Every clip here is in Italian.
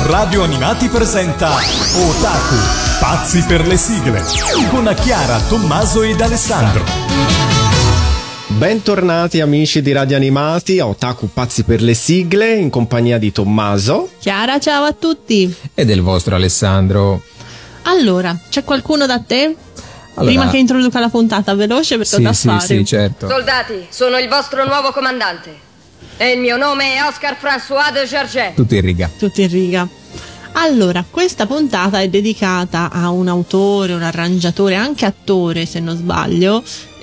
Radio Animati presenta Otaku, pazzi per le sigle, con Chiara, Tommaso ed Alessandro. Bentornati amici di Radio Animati a Otaku, pazzi per le sigle, in compagnia di Tommaso, Chiara, ciao a tutti. E del vostro Alessandro. Allora, c'è qualcuno da te? Allora, prima che introduca la puntata, veloce perché ho da fare. Sì, certo. Soldati, sono il vostro nuovo comandante. E il mio nome è Oscar François de Gerget. Tutto in riga. Tutto in riga. Allora, questa puntata è dedicata a un autore, un arrangiatore, anche attore se non sbaglio,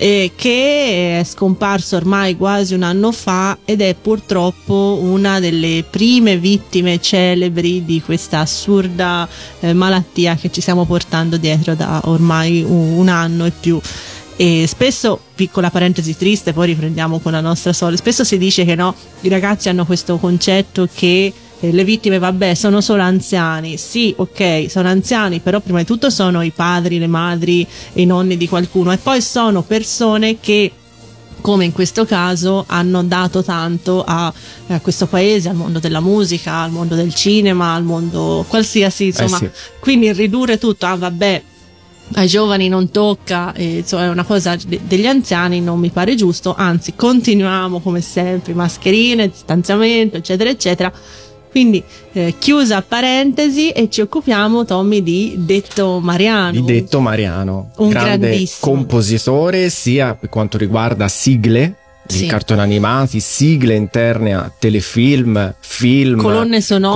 che è scomparso ormai quasi un anno fa ed è purtroppo una delle prime vittime celebri di questa assurda malattia che ci stiamo portando dietro da ormai un anno e più. E spesso, piccola parentesi triste, poi riprendiamo con la nostra storia, spesso si dice che no, i ragazzi hanno questo concetto che le vittime, vabbè, sono solo anziani. Sì, ok, sono anziani, però prima di tutto sono i padri, le madri e i nonni di qualcuno, e poi sono persone che, come in questo caso, hanno dato tanto a questo paese, al mondo della musica, al mondo del cinema, al mondo qualsiasi, insomma. Sì. Quindi ridurre tutto a vabbè, ai giovani non tocca, insomma, è una cosa degli anziani, non mi pare giusto. Anzi, continuiamo come sempre, mascherine, distanziamento, eccetera eccetera. Quindi chiusa parentesi, e ci occupiamo, Tommy, di Detto Mariano. Di Detto Mariano, un grande grandissimo compositore sia per quanto riguarda sigle di cartoni animati, sigle interne a telefilm, film, colonne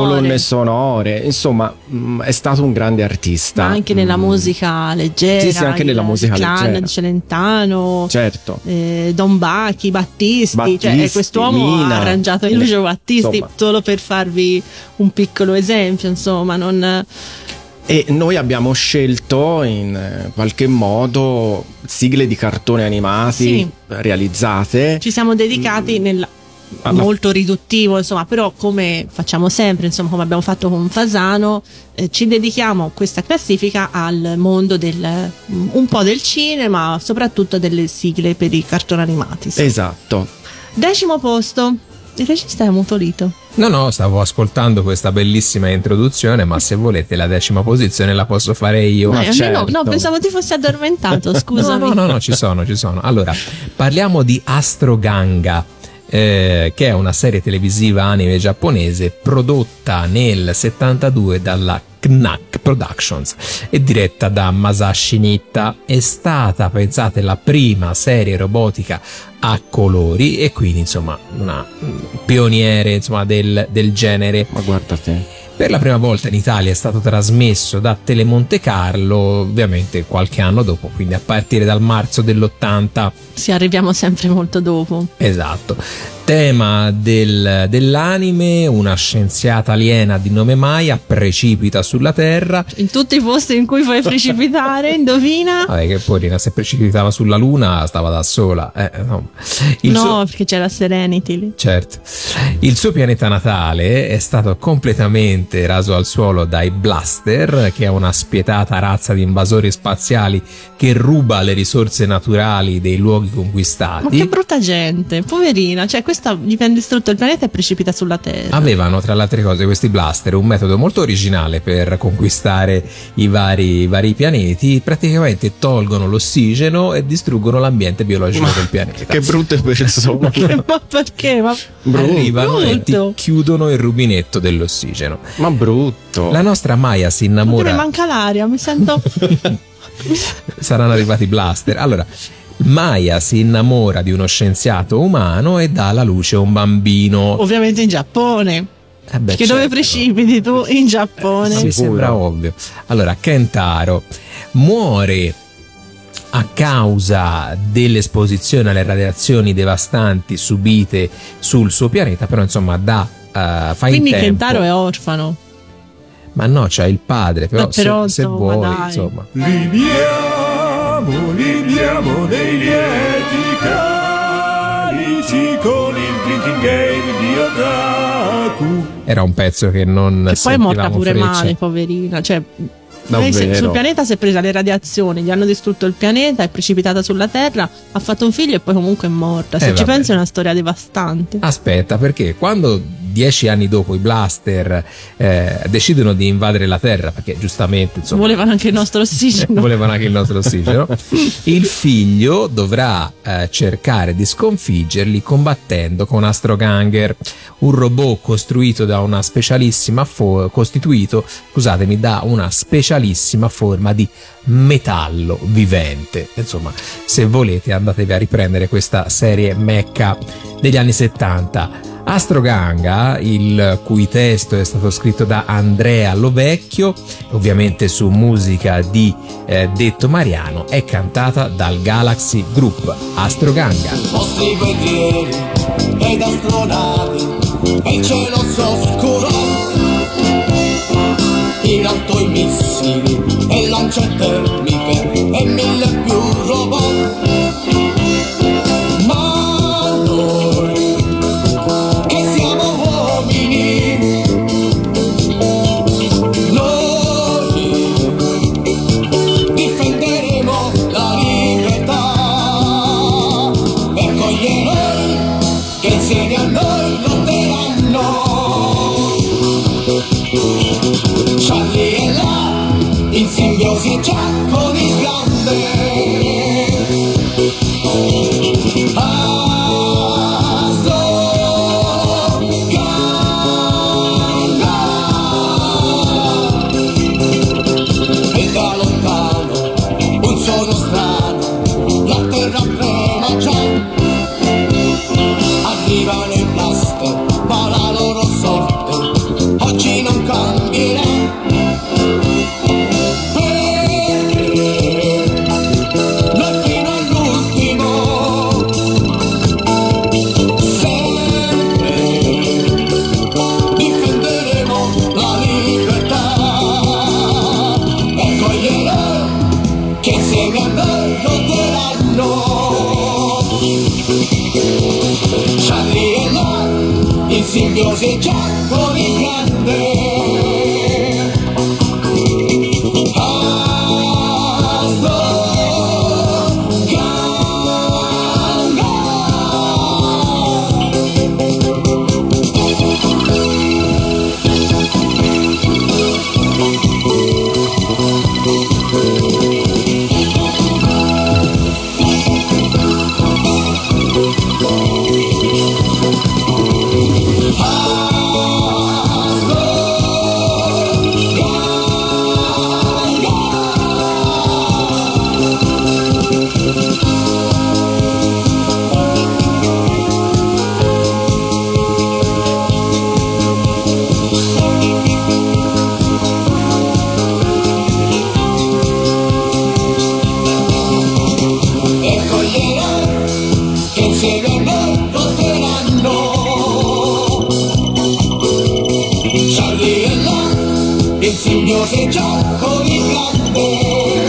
sonore, insomma è stato un grande artista. Ma anche nella musica leggera, sì, anche nella musica Clan leggera di Celentano, certo, Don Bachi, Battisti, cioè quest'uomo Mina, ha arrangiato Lucio Battisti, insomma. solo per farvi un piccolo esempio, insomma, non... E noi abbiamo scelto in qualche modo sigle di cartoni animati realizzate. Ci siamo dedicati molto riduttivo, insomma, però come facciamo sempre, insomma, come abbiamo fatto con Fasano, ci dedichiamo questa classifica al mondo un po' del cinema, soprattutto delle sigle per i cartoni animati. Sì. Esatto. 10° posto. Il regista è ammutolito. No, stavo ascoltando questa bellissima introduzione, ma se volete la 10ª posizione la posso fare io. Certo. No, pensavo ti fossi addormentato, scusami. No, ci sono. Allora, parliamo di Astro Ganga, che è una serie televisiva anime giapponese prodotta nel 72 dalla Knack Productions e diretta da Masashi Nitta. È stata, pensate, la prima serie robotica a colori e quindi insomma una pioniere, insomma, del genere. Ma guarda te. Per la prima volta in Italia è stato trasmesso da Telemonte Carlo, ovviamente qualche anno dopo, quindi a partire dal marzo dell'80. Sì, arriviamo sempre molto dopo. Esatto. Tema dell'anime: una scienziata aliena di nome Maya precipita sulla Terra. In tutti i posti in cui puoi precipitare, indovina? Vabbè, che porina, se precipitava sulla Luna stava da sola. Perché c'è la Serenity lì. Certo. Il suo pianeta natale è stato completamente raso al suolo dai Blaster, che è una spietata razza di invasori spaziali che ruba le risorse naturali dei luoghi conquistati. Ma che brutta gente, poverina, cioè questa gli viene distrutto il pianeta e precipita sulla Terra. Avevano, tra le altre cose, questi Blaster un metodo molto originale per conquistare i vari pianeti. Praticamente tolgono l'ossigeno e distruggono l'ambiente biologico del pianeta. Che brutte persone. Ma perché? Arrivano e ti brutto. chiudono il rubinetto dell'ossigeno. Ma brutto. La nostra Maya si innamora. Mi manca l'aria, mi sento... Saranno arrivati i Blaster. Allora, Maya si innamora di uno scienziato umano e dà alla luce un bambino. Ovviamente in Giappone. Perché dove precipiti tu? In Giappone. Mi sembra ovvio. Allora, Kentaro muore a causa dell'esposizione alle radiazioni devastanti subite sul suo pianeta, però insomma Quindi Kentaro è orfano. Ma no, c'ha il padre, però, però se insomma, vuoi, dai. insomma. Libiamo dei lieti carici con il drinking game di Otaku. Era un pezzo che non Che poi è morta pure frecce. male, poverina. Cioè, Davvero? sul pianeta si è presa le radiazioni, gli hanno distrutto il pianeta, è precipitata sulla Terra, ha fatto un figlio e poi comunque è morta. Se ci vabbè. pensi è una storia devastante. Aspetta, perché quando 10 anni dopo i Blaster decidono di invadere la Terra, perché giustamente, insomma, volevano anche il nostro ossigeno. Volevano anche il nostro ossigeno. Il figlio dovrà cercare di sconfiggerli combattendo con Astroganger, un robot costruito da una specialissima da una specialissima forma di metallo vivente. Insomma, se volete andatevi a riprendere questa serie mecha degli anni 70. Astroganga, il cui testo è stato scritto da Andrea Lovecchio, ovviamente su musica di Detto Mariano, è cantata dal Galaxy Group. Astroganga. Vostri guerrieri ed astronavi e il cielo oscuro, in alto i missili e lance termiche e 1000 più robot. Ma noi che siamo uomini, noi difenderemo la libertà e con gli eroi che insieme a noi lotteranno. Charlie è là, in simbiosi già con il grande. E da lontano un suono strano, la terra trema già. Arrivano i blaster, ma la loro sorte oggi non cambierà. Charlie è là, in simbiosi già con il grande. Simbiosi già con il grande.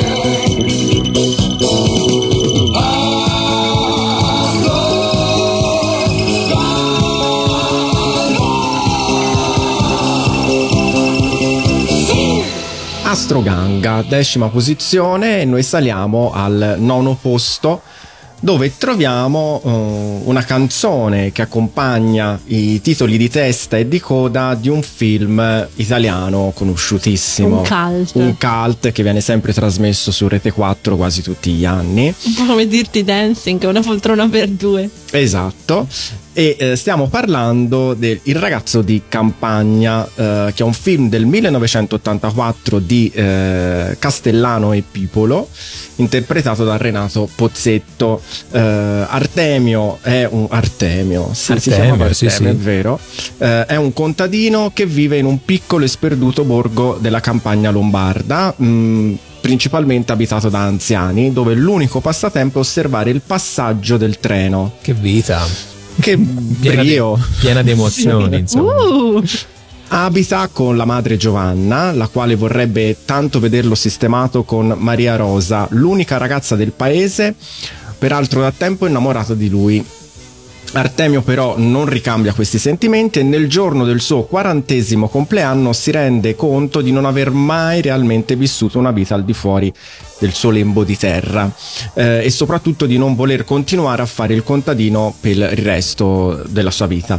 Astroganga, 10ª posizione, e noi saliamo al 9° posto, dove troviamo una canzone che accompagna i titoli di testa e di coda di un film italiano conosciutissimo, un cult che viene sempre trasmesso su Rete 4 quasi tutti gli anni, un po' come Dirty Dancing, una poltrona per due. Esatto. E stiamo parlando del Il ragazzo di campagna, che è un film del 1984 di Castellano e Pipolo, interpretato da Renato Pozzetto. Artemio è un Artemio, sì, si chiama Artemio, sì. È vero. È un contadino che vive in un piccolo e sperduto borgo della campagna lombarda, principalmente abitato da anziani, dove l'unico passatempo è osservare il passaggio del treno. Che vita! Che brio, piena di emozioni, sì. Insomma. Abita con la madre Giovanna, la quale vorrebbe tanto vederlo sistemato con Maria Rosa, l'unica ragazza del paese, peraltro da tempo innamorato di lui. Artemio però non ricambia questi sentimenti e nel giorno del suo 40° compleanno si rende conto di non aver mai realmente vissuto una vita al di fuori del suo lembo di terra, e soprattutto di non voler continuare a fare il contadino per il resto della sua vita.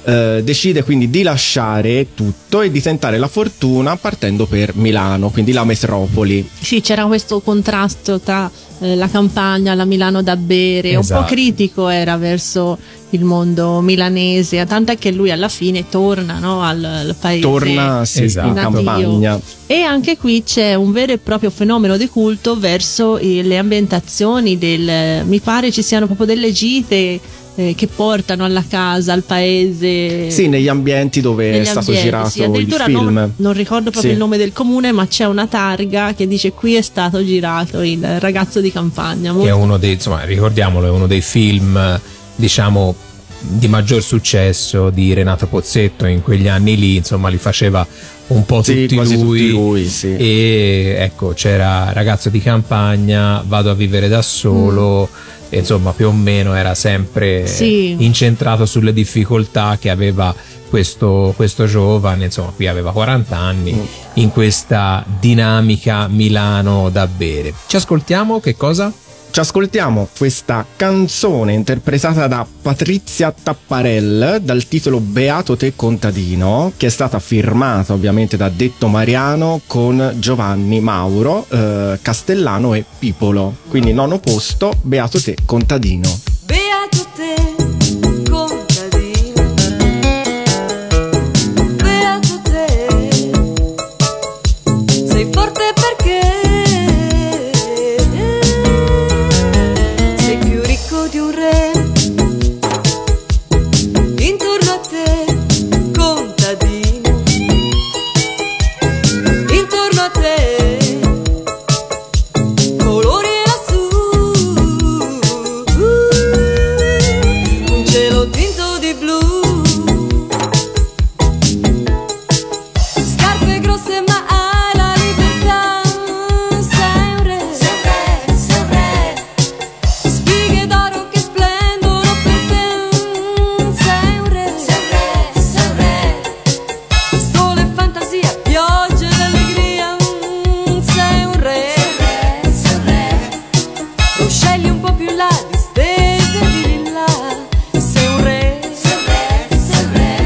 decide quindi di lasciare tutto e di tentare la fortuna partendo per Milano, quindi la metropoli. Sì, c'era questo contrasto tra la Campania, la Milano da bere, un Esatto. po' critico era verso il mondo milanese, tant'è che lui alla fine torna, no, al paese. Torna sì, Esatto. in natio. campagna. E anche qui c'è un vero e proprio fenomeno di culto verso le ambientazioni mi pare ci siano proprio delle gite che portano alla casa, al paese. Sì, negli ambienti dove è negli stato ambienti, girato sì, il addirittura film. non ricordo proprio Sì. il nome del comune, ma c'è una targa che dice qui è stato girato Il ragazzo di campagna. Che è uno dei, insomma, ricordiamolo, è uno dei film, diciamo, di maggior successo di Renato Pozzetto in quegli anni lì, insomma, li faceva un po' Sì, tutti quasi lui, tutti lui, sì. e ecco, c'era Ragazzo di campagna, Vado a vivere da solo, e insomma più o meno era sempre Sì. incentrato sulle difficoltà che aveva questo giovane, insomma qui aveva 40 anni, in questa dinamica Milano da bere. Ci ascoltiamo che cosa? Ci ascoltiamo questa canzone interpretata da Patrizia Tapparel dal titolo Beato te contadino, che è stata firmata ovviamente da Detto Mariano con Giovanni Mauro, Castellano e Pipolo. Quindi nono posto, Beato te contadino. Beato te, contadino, beato te, sei forte perché sei più ricco di un re. Intorno a te, contadino, intorno a te, colori lassù, un cielo tinto di blu, scarpe grosse ma hai la libertà, sei un re, sei un re, spighe d'oro che splendono per te, sei un re, sei un re, sole, fantasia, piogge d'allegria, sei un re, sei un re, ruscelli un po' più in là, distese di lilla, sei un re, sei un re, sei un re.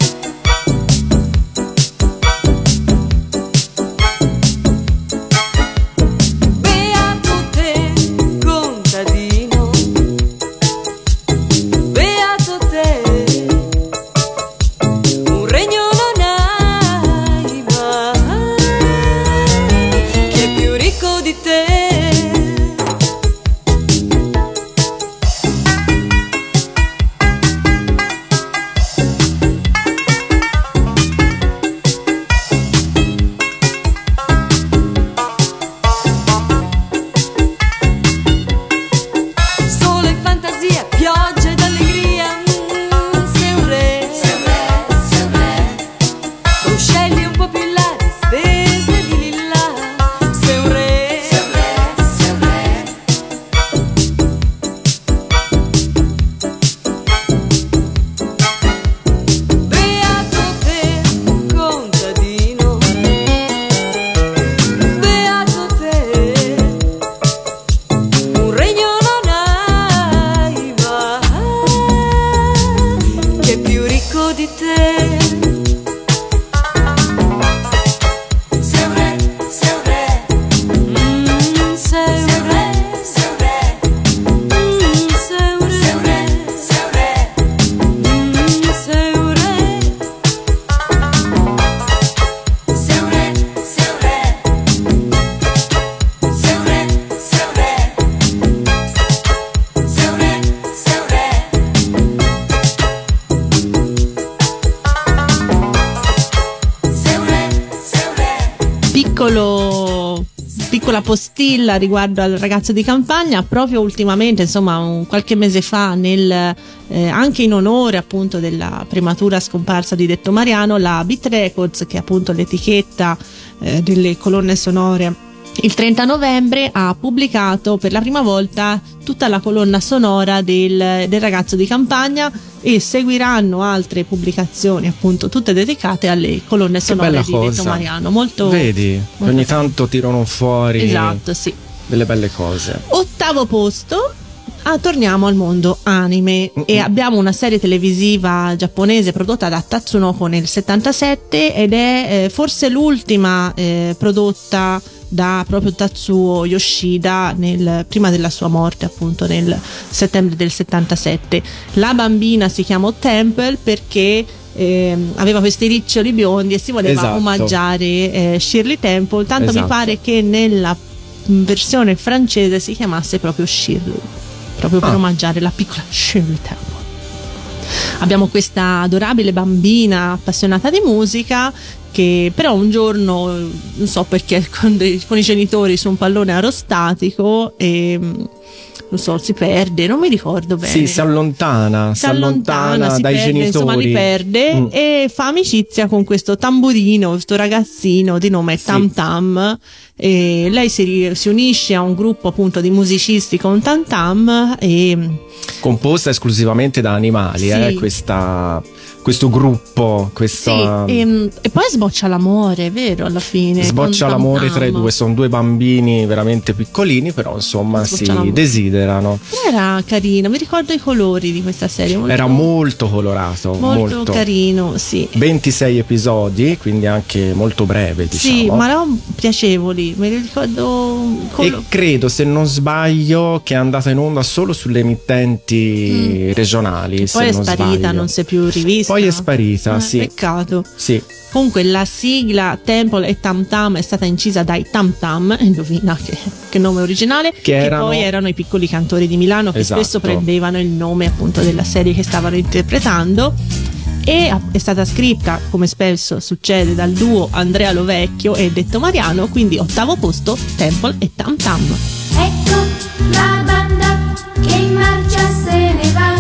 Beato te, contadino, beato te, un regno non hai mai che è più ricco di te. Sole, fantasia, piogge d'allegria, sei un re, sei un re, sei un re, ruscelli un po' più in là, distese di lilla, sei un re, sei un re, sei un re. Beato te, contadino, beato te, un regno non hai mai che è più ricco di te. Sei un re, sei un re, sei un re, sei un re, sei un re, sei un re, sei un re, sei un re, sei un re, sei un re, sei un re, sei un re, sei un re. Piccola postilla riguardo al ragazzo di campagna. Proprio ultimamente, insomma qualche mese fa, anche in onore appunto della prematura scomparsa di Detto Mariano, la Beat Records, che è appunto l'etichetta delle colonne sonore, il 30 novembre ha pubblicato per la prima volta tutta la colonna sonora del ragazzo di campagna, e seguiranno altre pubblicazioni appunto tutte dedicate alle colonne Che sonore bella di cosa. Detto Mariano. Molto, Vedi, molto ogni tanto tirano fuori esatto, sì. delle belle cose. Ottavo posto, torniamo al mondo anime e abbiamo una serie televisiva giapponese prodotta da Tatsunoko nel 77 ed è forse l'ultima prodotta da proprio Tatsuo Yoshida prima della sua morte, appunto nel settembre del 77. La bambina si chiamò Temple perché aveva questi riccioli biondi e si voleva omaggiare Shirley Temple, tanto mi pare che nella versione francese si chiamasse proprio Shirley, proprio per omaggiare la piccola Shirley Temple. Abbiamo questa adorabile bambina appassionata di musica che però un giorno, non so perché, con i genitori su un pallone aerostatico e non so, si perde, non mi ricordo bene. Sì, si allontana dai perde, genitori. Insomma, li perde e fa amicizia con questo tamburino, questo ragazzino di nome Tam Tam. E lei si unisce a un gruppo appunto di musicisti con Tam Tam e composta esclusivamente da animali, questo gruppo, e poi sboccia l'amore, vero? Alla fine sboccia l'amore tra i due, sono due bambini veramente piccolini, però insomma si desiderano. Era carino, mi ricordo i colori di questa serie, era molto colorato, molto carino, sì. 26 episodi, quindi anche molto breve, diciamo. Sì, ma erano piacevoli, me li ricordo. E credo, se non sbaglio, che è andata in onda solo sulle emittenti regionali. Poi è sparita, non si è più rivista. Poi è sparita, sì. Peccato. Sì. Comunque la sigla Temple e Tam Tam è stata incisa dai Tam Tam, indovina che nome originale, che poi erano i piccoli cantori di Milano che spesso prendevano il nome appunto della serie che stavano interpretando. E è stata scritta, come spesso succede, dal duo Andrea Lovecchio e Detto Mariano, quindi 8° posto Temple e Tam Tam. Ecco la banda che in marcia se ne va,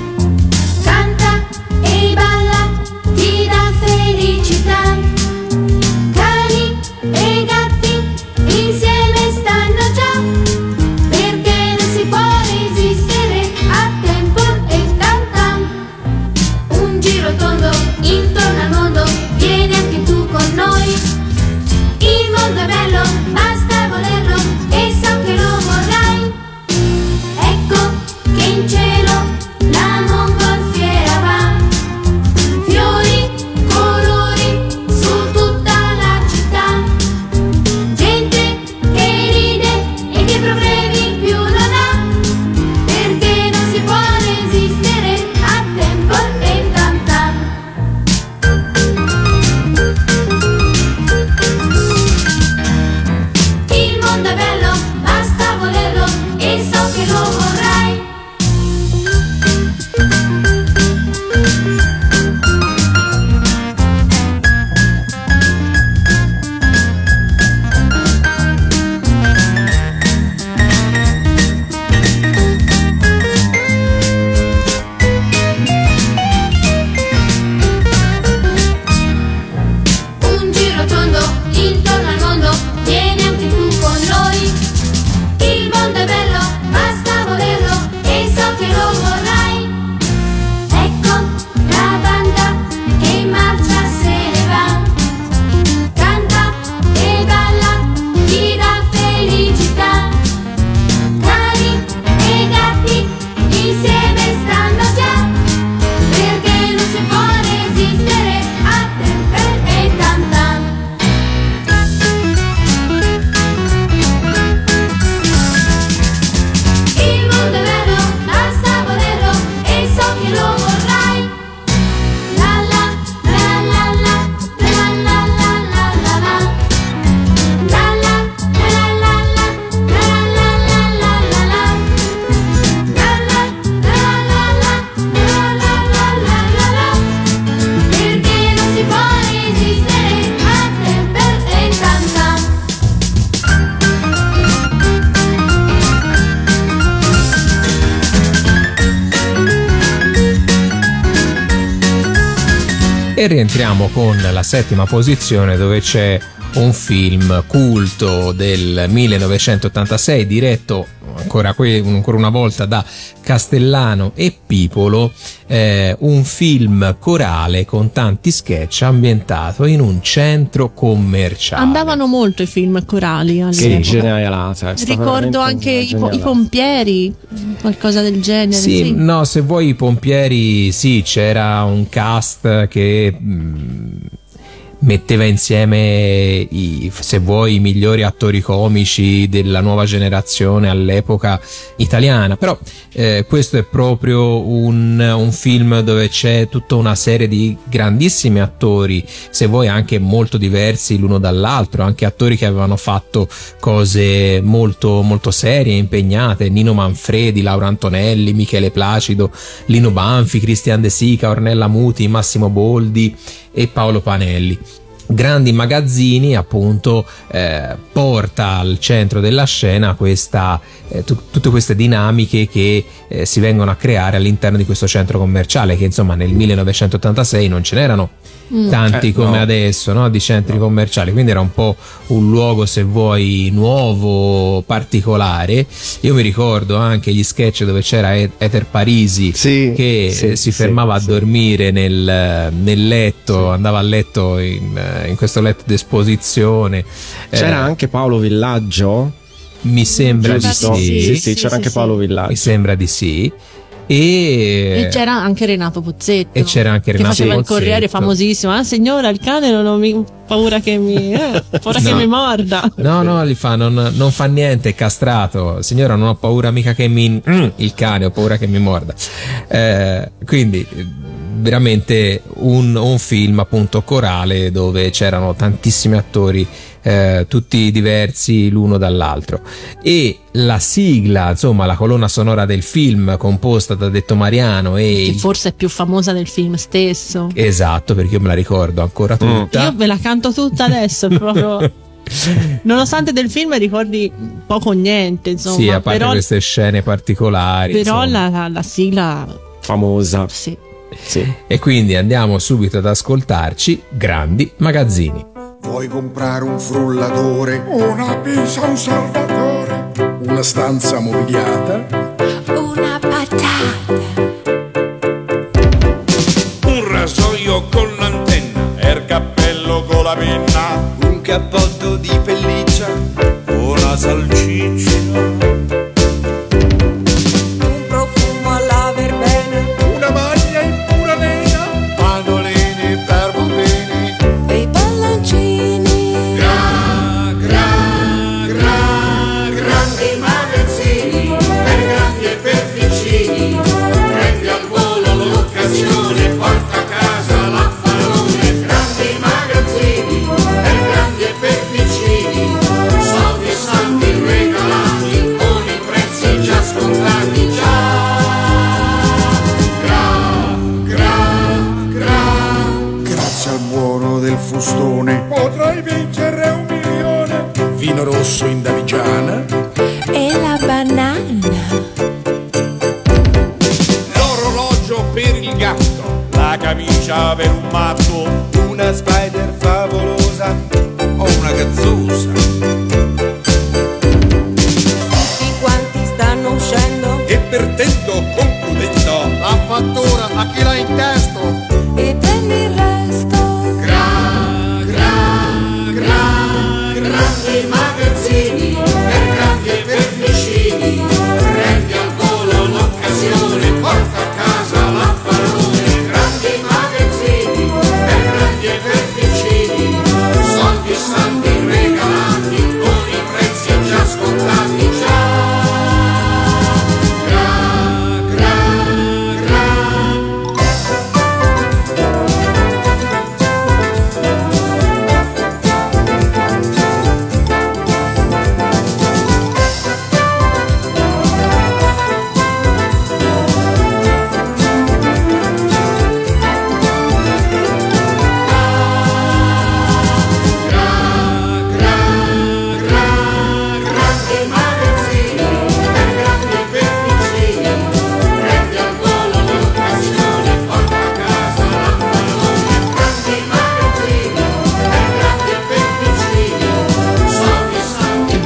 canta e balla, ti dà felicità. Cani e gatti insieme stanno già, perché non si può resistere a Temple e Tam Tam. Un giro tondo intorno al mondo, vieni anche tu con noi. Il mondo è bello, basta volerlo e so che lo vorrai. Ecco che in cielo la mongolfiera va, fiori, colori su tutta la città, gente che ride e che problemi più non ha, perché non si può resistere a Temple e Tam Tam. Il mondo è bello, basta volerlo e so che lo vorrai. Un giro tondo intorno al mondo, vieni anche tu con noi. Il mondo è bello, basta volerlo e so che lo vorrai. Ecco la banda che in marcia se ne va, canta e balla, ti dà felicità. Cani e gatti insieme stanno già, perché non si può resistere a Temple e Tam Tam. Il mondo è bello, basta volerlo e so che lo vorrai. La la la la la la la la la la la. La la la la la la la la la la la. La la la la la la la la la. Perché non si può resistere a Temple e Tam Tam. E rientriamo con la 7ª posizione, dove c'è un film culto del 1986 diretto ancora una volta da Castellano e Pipolo, un film corale con tanti sketch ambientato in un centro commerciale. Andavano molto i film corali Che all'epoca. genialata. Ricordo anche i pompieri, qualcosa del genere. Sì, Sì. no, se vuoi i pompieri, sì, c'era un cast che metteva insieme se vuoi i migliori attori comici della nuova generazione all'epoca italiana, però questo è proprio un film dove c'è tutta una serie di grandissimi attori, se vuoi anche molto diversi l'uno dall'altro, anche attori che avevano fatto cose molto molto serie, impegnate: Nino Manfredi, Laura Antonelli, Michele Placido, Lino Banfi, Christian De Sica, Ornella Muti, Massimo Boldi e Paolo Panelli. Grandi Magazzini, appunto, porta al centro della scena tutte queste dinamiche che si vengono a creare all'interno di questo centro commerciale, che insomma nel 1986 non ce n'erano tanti come adesso, no? Di centri commerciali, quindi era un po' un luogo, se vuoi, nuovo, particolare. Io mi ricordo anche gli sketch dove c'era Ether Parisi che si fermava a dormire nel letto, andava a letto in questo letto d'esposizione. C'era anche Paolo Villaggio? Mi sembra di sì. Sì, c'era anche Paolo Villaggio. Mi sembra di sì. E c'era anche Renato Pozzetto, che faceva il Corriere, famosissimo. Ah, signora, il cane non ho paura che mi che mi morda. No, gli fa non fa niente, è castrato. Signora, non ho paura mica che il cane, ho paura che mi morda. Quindi veramente un film appunto corale dove c'erano tantissimi attori, tutti diversi l'uno dall'altro, e la sigla, insomma la colonna sonora del film, composta da Detto Mariano, che forse è più famosa del film stesso. Esatto, perché io me la ricordo ancora tutta. Io ve la canto tutta adesso proprio. Nonostante del film ricordi poco o niente, insomma. Sì, a parte queste scene particolari, però la sigla famosa. Sì. E quindi andiamo subito ad ascoltarci Grandi Magazzini. Vuoi comprare un frullatore, una pizza, un salvatore, una stanza mobiliata, una patata, un rasoio con l'antenna, il cappello con la penna, un cappotto di pelliccia, una salsiccia, un profumo alla verbena, una maglia in pura lena, pannolini per bambini e i palloncini. grandi magazzini, per grandi e per piccini, prendi al volo l'occasione, porta a casa l'affarone. Grandi magazzini, per grandi e per piccini, soldi santi regalati, con i prezzi già scontati già. grazie al buono del fustone, potrai vincere 1 milione, vino rosso in damigiana, E la banana, l'orologio per il gatto, la camicia per un matto, Una spider favolosa o una gazzosa, tutti quanti stanno uscendo e perdendo concludendo la fattura a chi l'ha in testo, e prendi il resto. grandi magazzini, per grandi e per piccini, prendi al volo l'occasione, porta a casa l'affarone. Grandi magazzini, per grandi e per piccini, soldi santi regalati, con i prezzi già scontati già.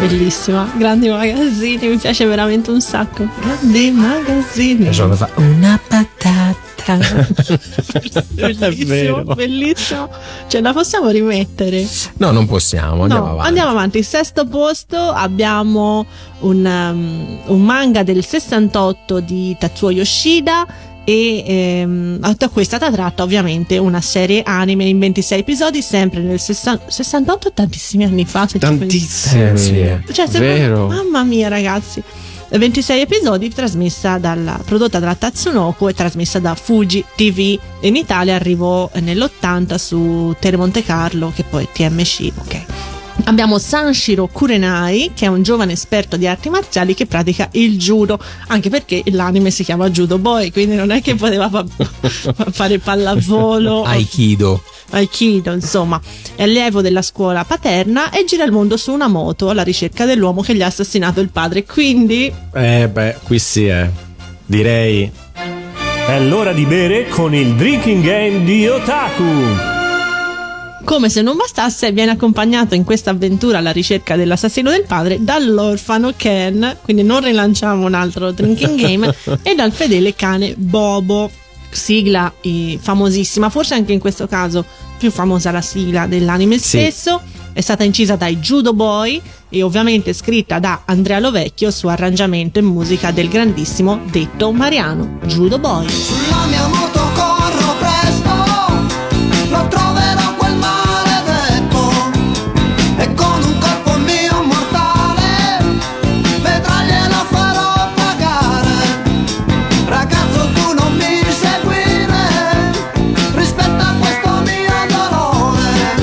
Bellissima, grandi magazzini, mi piace veramente un sacco. Grandi magazzini. Fa una patata. Bellissimo, bellissimo. Ce la possiamo rimettere? No, non possiamo, andiamo avanti. Andiamo avanti. Il sesto posto abbiamo un manga del 68 di Tatsuo Yoshida e da cui è stata tratta ovviamente una serie anime in 26 episodi, sempre nel 68, tantissimi anni fa. Tantissimi, cioè, vero? Mamma mia, ragazzi. 26 episodi, prodotta dalla Tatsunoko e trasmessa da Fuji TV. In Italia arrivò nell'80 su Tele Monte Carlo, che poi è TMC, ok. Abbiamo Sanshiro Kurenai, che è un giovane esperto di arti marziali che pratica il judo, anche perché l'anime si chiama Judo Boy, quindi non è che poteva fare pallavolo. Aikido, insomma. È allievo della scuola paterna e gira il mondo su una moto alla ricerca dell'uomo che gli ha assassinato il padre, quindi... qui sì direi. È l'ora di bere con il drinking game di Otaku. Come se non bastasse, viene accompagnato in questa avventura alla ricerca dell'assassino del padre dall'orfano Ken, quindi non rilanciamo un altro drinking game, e dal fedele cane Bobo. Sigla famosissima, forse anche in questo caso più famosa la sigla dell'anime stesso. È stata incisa dai Judo Boy e ovviamente scritta da Andrea Lovecchio su arrangiamento e musica del grandissimo Detto Mariano. Judo Boy. Sulla mia moto corro presto, lo troverò quel maledetto, e con un colpo mio mortale vedrà gliela farò pagare. Ragazzo, tu non mi seguire, rispetta questo mio dolore.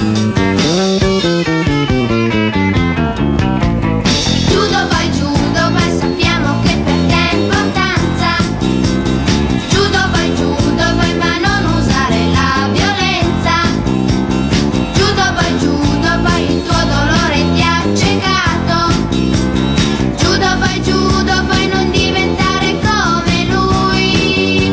Judo Boy, sappiamo che per te è importanza. Judo Boy, ma non usare la violenza. Judo Boy, il tuo dolore ti ha ciecato. Judo Boy, non diventare come lui.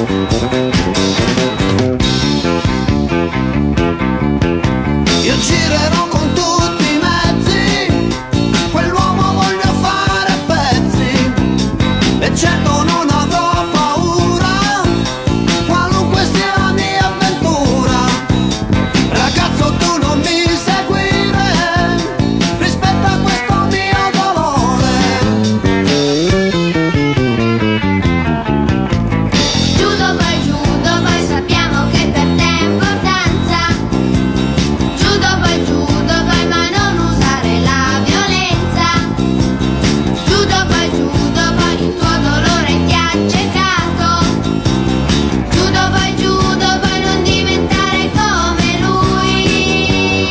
Io girerò con tutti i mezzi, quell'uomo voglio fare a pezzi, e certo non avrò paura, qualunque sia la mia avventura. Ragazzo, tu non mi seguire, rispetta questo mio dolore. Judo Boy, sappiamo che per te è importanza. Judo Boy, ma non usare la violenza. Judo Boy, il tuo dolore ti ha ciecato. Judo Boy, non diventare come lui.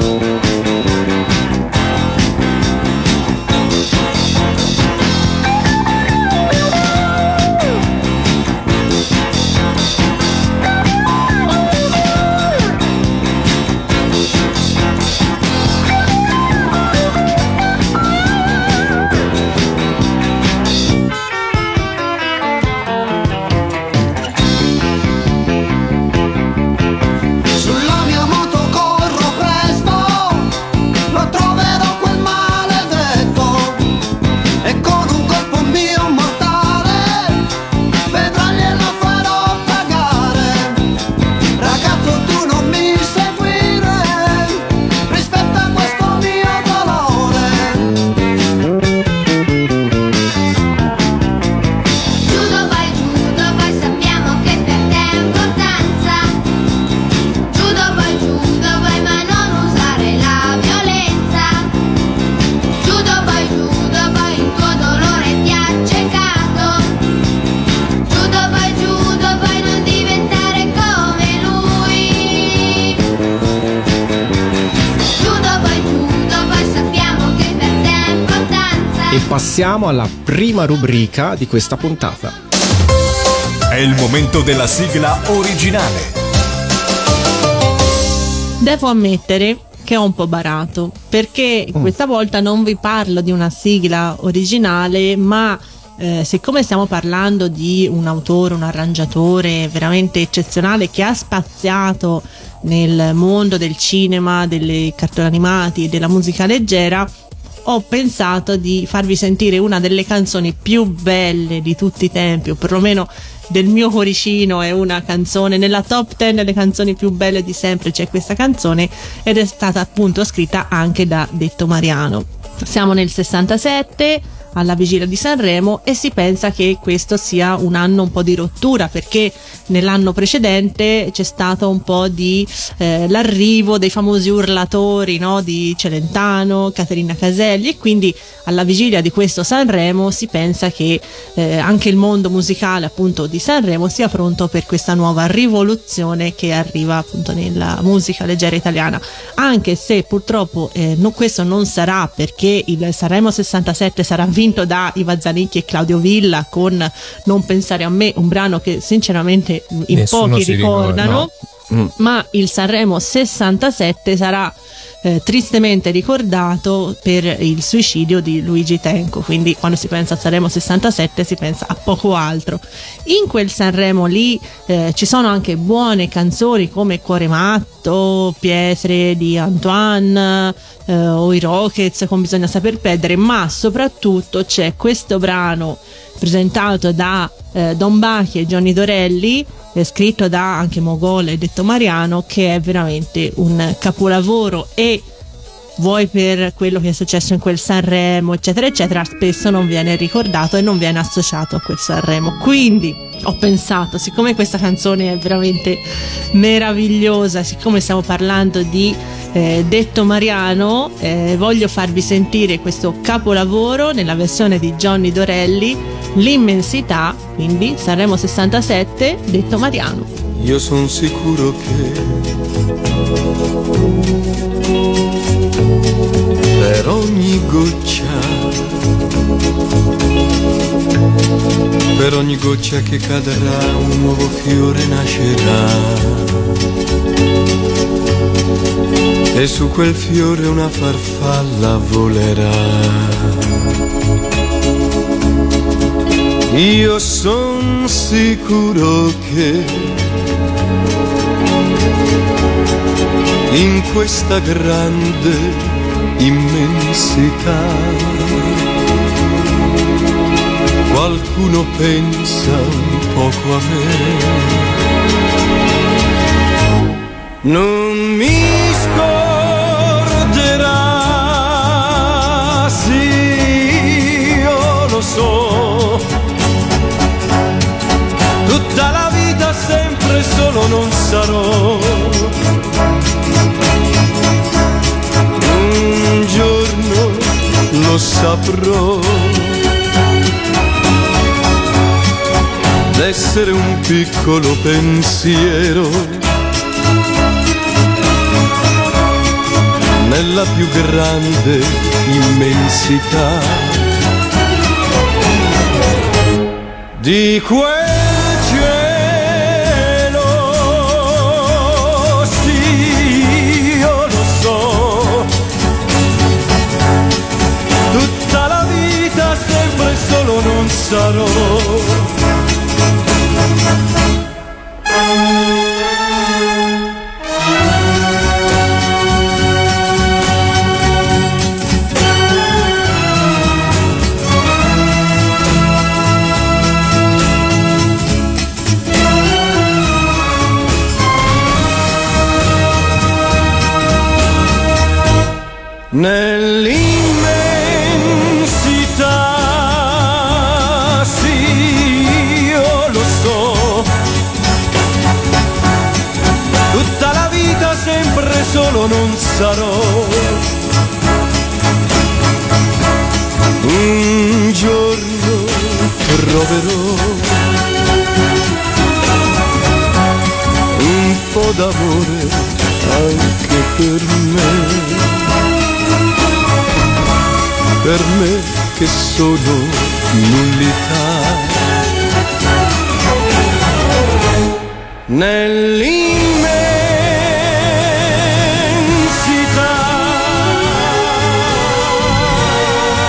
Sulla mia moto corro presto, lo troverò quel maledetto, e con un colpo mio mortale vedrà gliela farò pagare. Ragazzo, tu non mi seguire, rispetta questo mio dolore. Judo Boy, sappiamo che per te è importanza. Judo Boy, ma non usare la violenza. Judo Boy, il tuo dolore ti ha ciecato. Judo Boy, non diventare come lui. Judo Boy, sappiamo che per te è importanza. E passiamo alla prima rubrica di questa puntata. È il momento della sigla originale. Devo ammettere che ho un po' barato, perché questa volta non vi parlo di una sigla originale, ma siccome stiamo parlando di un autore, un arrangiatore veramente eccezionale che ha spaziato nel mondo del cinema, dei cartoni animati e della musica leggera, ho pensato di farvi sentire una delle canzoni più belle di tutti i tempi, o perlomeno del mio cuoricino. È una canzone nella top 10 delle canzoni più belle di sempre, c'è questa canzone, ed è stata appunto scritta anche da Detto Mariano. Siamo nel 67, alla vigilia di Sanremo, e si pensa che questo sia un anno un po' di rottura, perché nell'anno precedente c'è stato un po' di l'arrivo dei famosi urlatori, no? Di Celentano, Caterina Caselli, e quindi alla vigilia di questo Sanremo si pensa che anche il mondo musicale appunto di Sanremo sia pronto per questa nuova rivoluzione che arriva appunto nella musica leggera italiana, anche se purtroppo questo non sarà, perché il Sanremo 67 sarà vinto da Iva Zanicchi e Claudio Villa con Non pensare a me, un brano che sinceramente in Nessuno pochi si ricordano, no. Ma il Sanremo 67 sarà tristemente ricordato per il suicidio di Luigi Tenco, quindi quando si pensa a Sanremo 67 si pensa a poco altro. In quel Sanremo lì ci sono anche buone canzoni come Cuore matto, Pietre di Antoine, o i Rockets con Bisogna saper perdere, ma soprattutto c'è questo brano presentato da Don Bachi e Johnny Dorelli, scritto da anche Mogol e Detto Mariano, che è veramente un capolavoro, e vuoi per quello che è successo in quel Sanremo eccetera eccetera, spesso non viene ricordato e non viene associato a quel Sanremo. Quindi ho pensato, siccome questa canzone è veramente meravigliosa, siccome stiamo parlando di Detto Mariano, voglio farvi sentire questo capolavoro nella versione di Johnny Dorelli, L'immensità, quindi Sanremo 67, Detto Mariano. Io son sicuro che per ogni goccia che cadrà un nuovo fiore nascerà, e su quel fiore una farfalla volerà. Io son sicuro che in questa grande immensità qualcuno pensa un poco a me. Non mi scorderà, sì, io lo so, tutta la vita sempre solo non sarò. Un giorno lo saprò, d'essere un piccolo pensiero nella più grande immensità di quel cielo. Sì, io lo so, tutta la vita sempre solo non sarò. Nell'immensità, sì, io lo so, tutta la vita sempre solo non sarò. Un giorno troverò un po' d'amore anche per me che sono nullità. Nell'immensità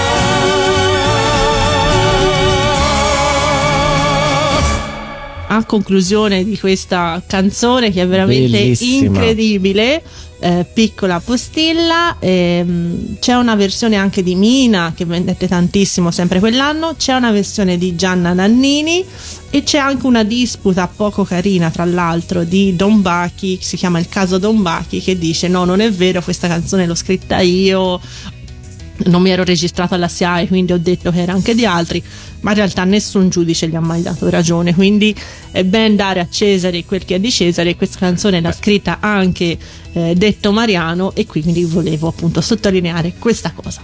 a conclusione di questa canzone, che è veramente bellissima, incredibile. Piccola postilla, c'è una versione anche di Mina che vendette tantissimo sempre quell'anno, c'è una versione di Gianna Nannini e c'è anche una disputa poco carina tra l'altro di Don Bachi, si chiama Il caso Don Bachi, che dice no, non è vero, questa canzone l'ho scritta io, non mi ero registrato alla SIAE, quindi ho detto che era anche di altri, ma in realtà nessun giudice gli ha mai dato ragione, quindi è ben dare a Cesare quel che è di Cesare. Questa canzone l'ha scritta anche Detto Mariano, e quindi volevo appunto sottolineare questa cosa.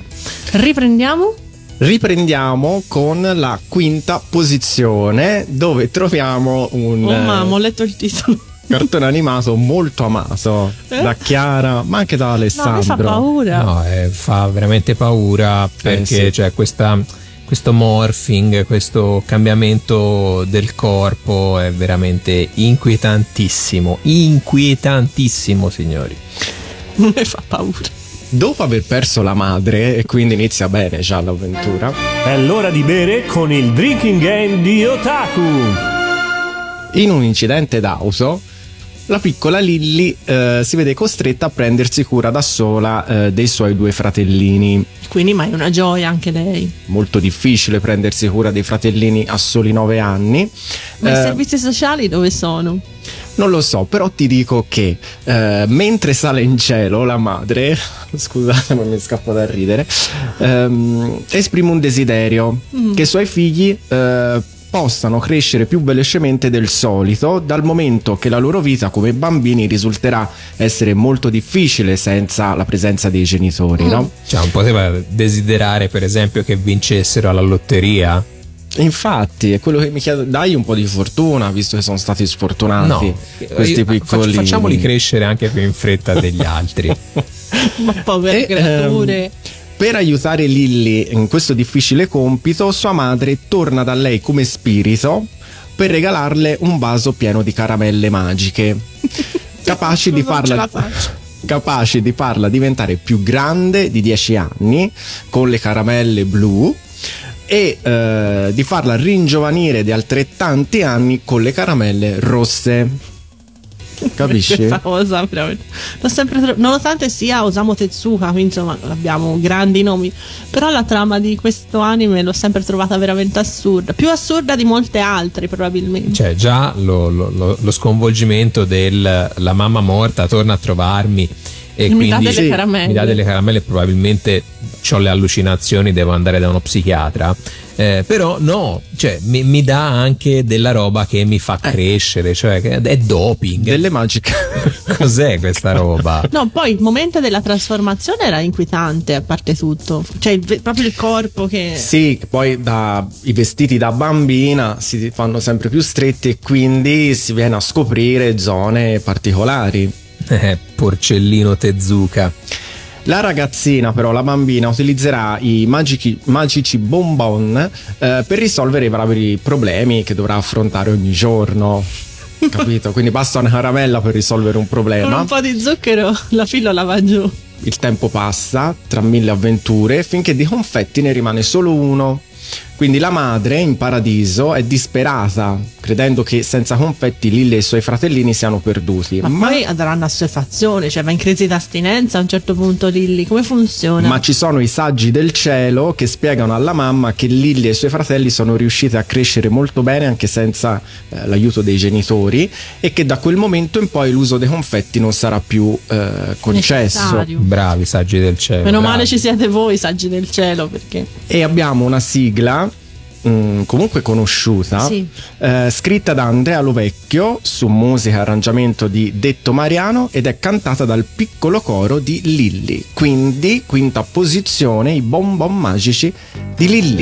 Riprendiamo con la quinta posizione, dove troviamo un mamma, ho letto il titolo. cartone animato molto amato da Chiara, ma anche da Alessandro. No, mi fa paura. No, fa veramente paura, perché sì, c'è questo morphing, questo cambiamento del corpo è veramente inquietantissimo, signori. Mi fa paura. Dopo aver perso la madre, e quindi inizia bene già l'avventura, È l'ora di bere con il drinking game di Otaku. in un incidente d'auto la piccola Lilly si vede costretta a prendersi cura da sola dei suoi due fratellini. Quindi mai una gioia anche lei. Molto difficile prendersi cura dei fratellini a soli 9 anni. Ma i servizi sociali dove sono? Non lo so, però ti dico che mentre sale in cielo la madre, scusate ma mi scappa da ridere, esprime un desiderio, che i suoi figli possano crescere più velocemente del solito, dal momento che la loro vita come bambini risulterà essere molto difficile senza la presenza dei genitori, no? Cioè, non poteva desiderare per esempio che vincessero alla lotteria? Infatti è quello che mi chiedo, dai un po' di fortuna visto che sono stati sfortunati questi piccoli, facciamoli crescere anche più in fretta degli altri. Ma povere creature. Per aiutare Lilly in questo difficile compito, sua madre torna da lei come spirito per regalarle un vaso pieno di caramelle magiche, capaci di farla diventare più grande di 10 anni con le caramelle blu, e di farla ringiovanire di altrettanti anni con le caramelle rosse. Capisci? Questa cosa veramente l'ho sempre nonostante sia Osamu Tezuka, quindi insomma abbiamo grandi nomi, però la trama di questo anime l'ho sempre trovata veramente assurda, più assurda di molte altre probabilmente. Cioè già lo sconvolgimento del la mamma morta torna a trovarmi e mi quindi dà delle caramelle. mi dà delle caramelle, probabilmente ho le allucinazioni, devo andare da uno psichiatra. Però no, cioè mi dà anche della roba che mi fa crescere, cioè che è doping, delle magiche. Cos'è questa roba? No, poi il momento della trasformazione era inquietante, a parte tutto, cioè proprio il corpo che sì, poi i vestiti da bambina si fanno sempre più stretti e quindi si viene a scoprire zone particolari. Porcellino Tezuka. La ragazzina, però, la bambina, utilizzerà i magici bonbon per risolvere i vari problemi che dovrà affrontare ogni giorno. Capito? Quindi basta una caramella per risolvere un problema. con un po' di zucchero la pillola va giù. Il tempo passa tra 1000 avventure finché di confetti ne rimane solo uno. Quindi la madre in paradiso è disperata, credendo che senza confetti Lilly e i suoi fratellini siano perduti. Ma poi daranno assuefazione, cioè va in crisi d'astinenza a un certo punto Lilly. Come funziona? Ma ci sono i saggi del cielo che spiegano alla mamma che Lilly e i suoi fratelli sono riusciti a crescere molto bene anche senza l'aiuto dei genitori, e che da quel momento in poi l'uso dei confetti non sarà più concesso. Necessario. Bravi saggi del cielo. Meno bravi. male ci siete voi, saggi del cielo, perché E abbiamo una sigla comunque conosciuta, sì, scritta da Andrea Lovecchio su musica e arrangiamento di Detto Mariano, ed è cantata dal piccolo coro di Lilly. Quindi quinta posizione, i bonbon magici di Lilly.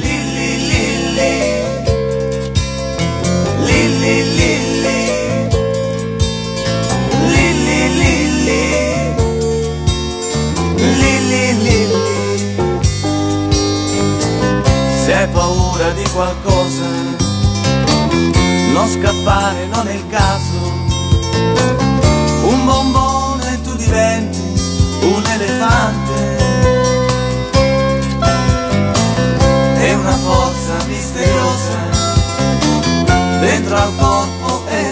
Se hai paura di qualcosa, non scappare, non è il caso. Un bombone e tu diventi un elefante. È una forza misteriosa dentro al corpo e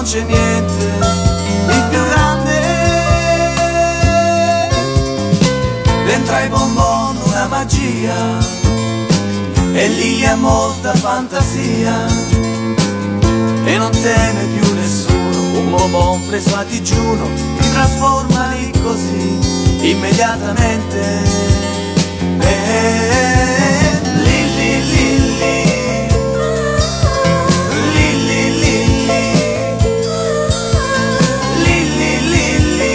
c'è niente di più grande. Dentro ai bonbon una magia e lì ha molta fantasia e non teme più nessuno. Un bonbon preso a digiuno ti trasforma lì così immediatamente. Lilli, lilli, lilli, lilli, lilli, lilli,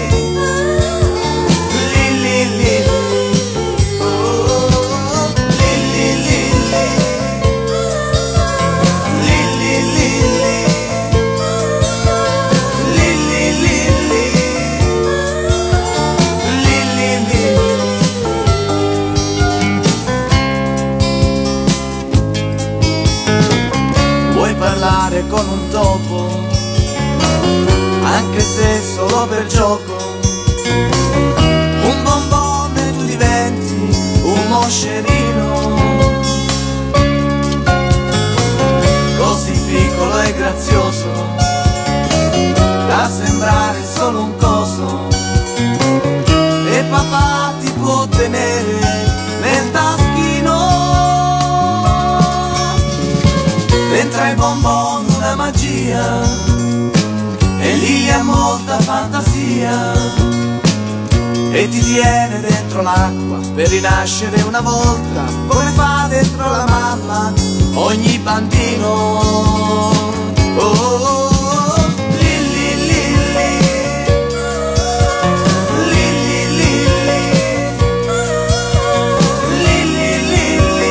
lilli, lilli, oh, lilli, lilli, lilli, lilli, lilli, lilli, lilli. Vuoi parlare con un topo, anche se solo per gioco? Un bonbon e tu diventi un moscerino, così piccolo e grazioso da sembrare solo un coso. E papà ti può tenere nel taschino. Dentro ai bonbon una magia e lì ha molta fantasia e ti tiene dentro l'acqua per rinascere una volta, come fa dentro la mamma ogni bambino. Oh, oh, oh, lilli, lilli, lilli, lilli, lilli, lilli,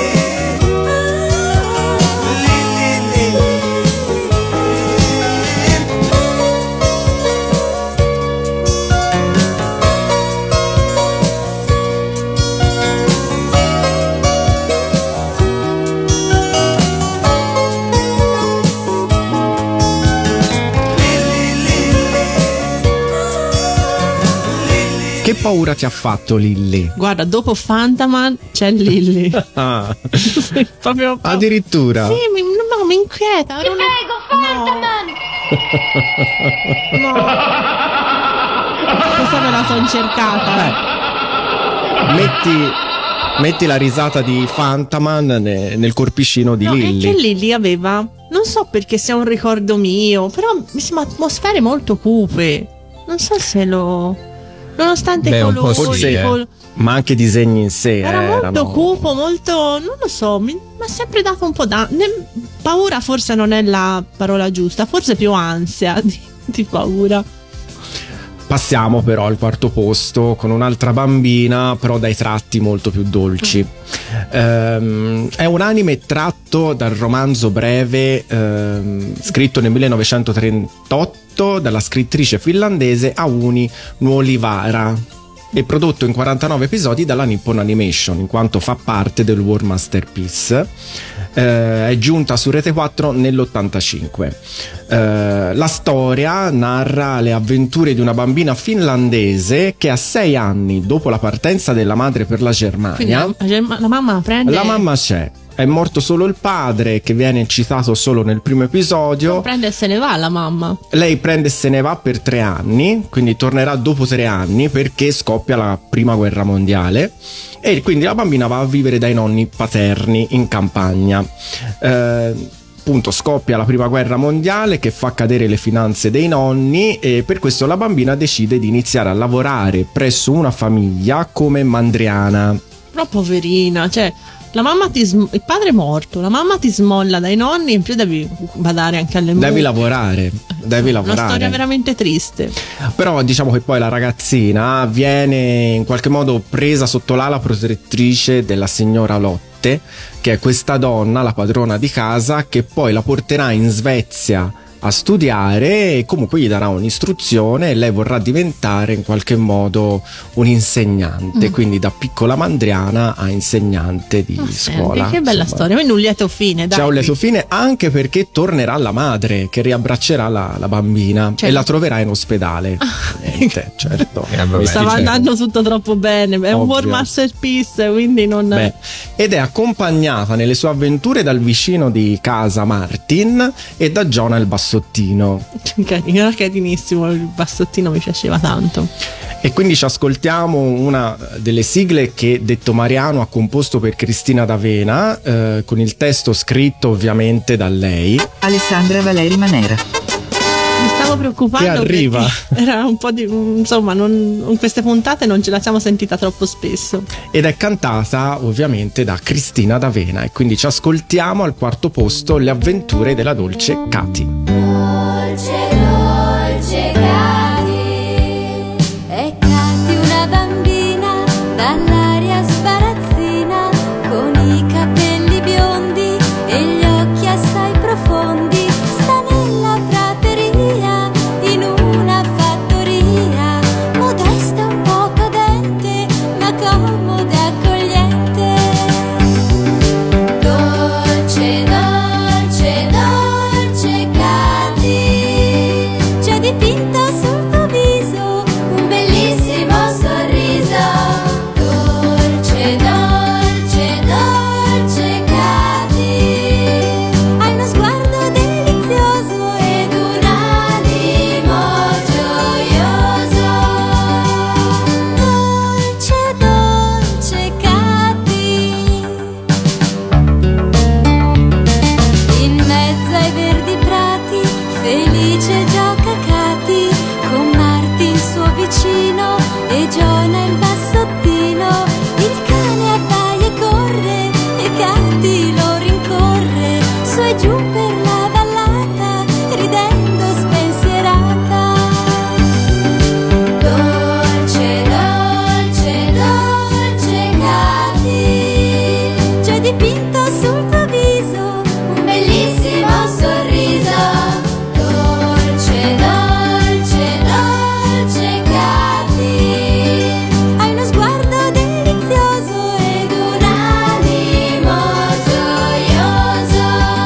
Che paura ti ha fatto Lilli? Guarda, dopo Fantaman c'è Lilli. Ah, Proprio. addirittura. Sì, mi inquieta. Ti prego, Fantaman! No. Questa me la son cercata. Metti la risata di Fantaman nel corpicino di No, Lilli. è che Lilli aveva, non so perché sia un ricordo mio, però mi sembra atmosfere molto cupe. Non so se nonostante i un po' colori, sì, ma anche i disegni in sé era molto erano cupo, molto, non lo so, mi ha sempre dato un po' paura, forse non è la parola giusta, forse più ansia di paura. Passiamo però al quarto posto con un'altra bambina, però dai tratti molto più dolci. È un anime tratto dal romanzo breve scritto nel 1938 dalla scrittrice finlandese Auni Nuolivara e prodotto in 49 episodi dalla Nippon Animation, in quanto fa parte del World Masterpiece. È giunta su Rete 4 nell'85. La storia narra le avventure di una bambina finlandese che a 6 anni dopo la partenza della madre per la Germania, quindi la mamma prende, la mamma c'è, è morto solo il padre che viene citato solo nel primo episodio. prende e se ne va la mamma. Lei prende e se ne va per 3 anni, quindi tornerà dopo 3 anni perché scoppia la prima guerra mondiale e quindi la bambina va a vivere dai nonni paterni in campagna. Appunto scoppia la prima guerra mondiale che fa cadere le finanze dei nonni e per questo la bambina decide di iniziare a lavorare presso una famiglia come mandriana. Però poverina, cioè la mamma il padre è morto, la mamma ti smolla dai nonni, in più devi badare anche alle mucche. Devi lavorare. Una storia veramente triste. Però diciamo che poi la ragazzina viene in qualche modo presa sotto l'ala protettrice della signora Lotte, che è questa donna, la padrona di casa, che poi la porterà in Svezia a studiare e comunque gli darà un'istruzione e lei vorrà diventare in qualche modo un'insegnante, quindi da piccola mandriana a insegnante di scuola. Senti, che bella storia, quindi un lieto fine, dai. C'è un lieto fine anche perché tornerà la madre che riabbraccerà la bambina e la troverà in ospedale. Certo. Stava andando tutto troppo bene, è un Ovvio. World Masterpiece, quindi non... Ed è accompagnata nelle sue avventure dal vicino di casa Martin e da Jonah il bassottista. bassottino. Era carinissimo, il bassottino mi piaceva tanto. E quindi ci ascoltiamo una delle sigle che Detto Mariano ha composto per Cristina D'Avena, con il testo scritto ovviamente da lei, Alessandra Valeri Manera. Mi stavo preoccupando che arriva. Era un po' di, insomma, in queste puntate non ce la siamo sentita troppo spesso. Ed è cantata ovviamente da Cristina D'Avena, e quindi ci ascoltiamo al quarto posto Le avventure della dolce Katy. Dolce, dolce Katy, è Katy una bambina dall'aria sbarazzina, con i capelli biondi e gli occhi assai profondi, sta nella prateria in una fattoria, modesta un po' cadente ma comoda e accogliente. Dolce, dolce, dolce Katy, c'è dipinto sul tuo viso un bellissimo sorriso. Dolce, dolce, dolce Katy, hai uno sguardo delizioso ed un animo gioioso. Dolce, dolce Katy, in mezzo ai verdi prati, felice gioca Katy, con Martin suo vicino e Giona il bassottino. Il cane abbaia e corre e Katy lo rincorre, su e giù per la vallata, ridendo spensierata. Dolce, dolce, dolce Katy, c'è dipinto sul tuo viso un bellissimo sorriso. Dolce, dolce, dolce Katy, hai uno sguardo delizioso ed un animo gioioso.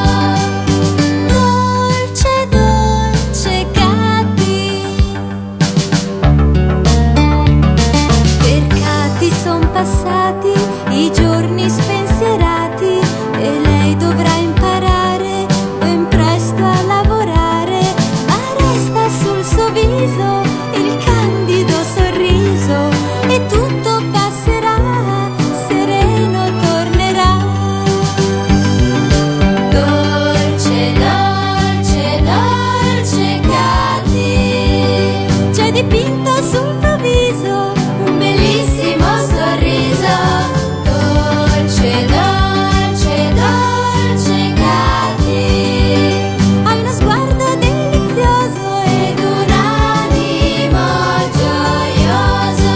Dolce, dolce Katy, per Katy son passati i giorni spensierati e lei dovrà imparare ben presto a lavorare, ma resta sul suo viso il candido sorriso e tutto passerà, sereno tornerà. Dolce, dolce, dolce Katy, c'è dipinto sul tuo viso un bellissimo sorriso. Dolce, dolce, dolce Katy, hai uno sguardo delizioso ed un animo gioioso.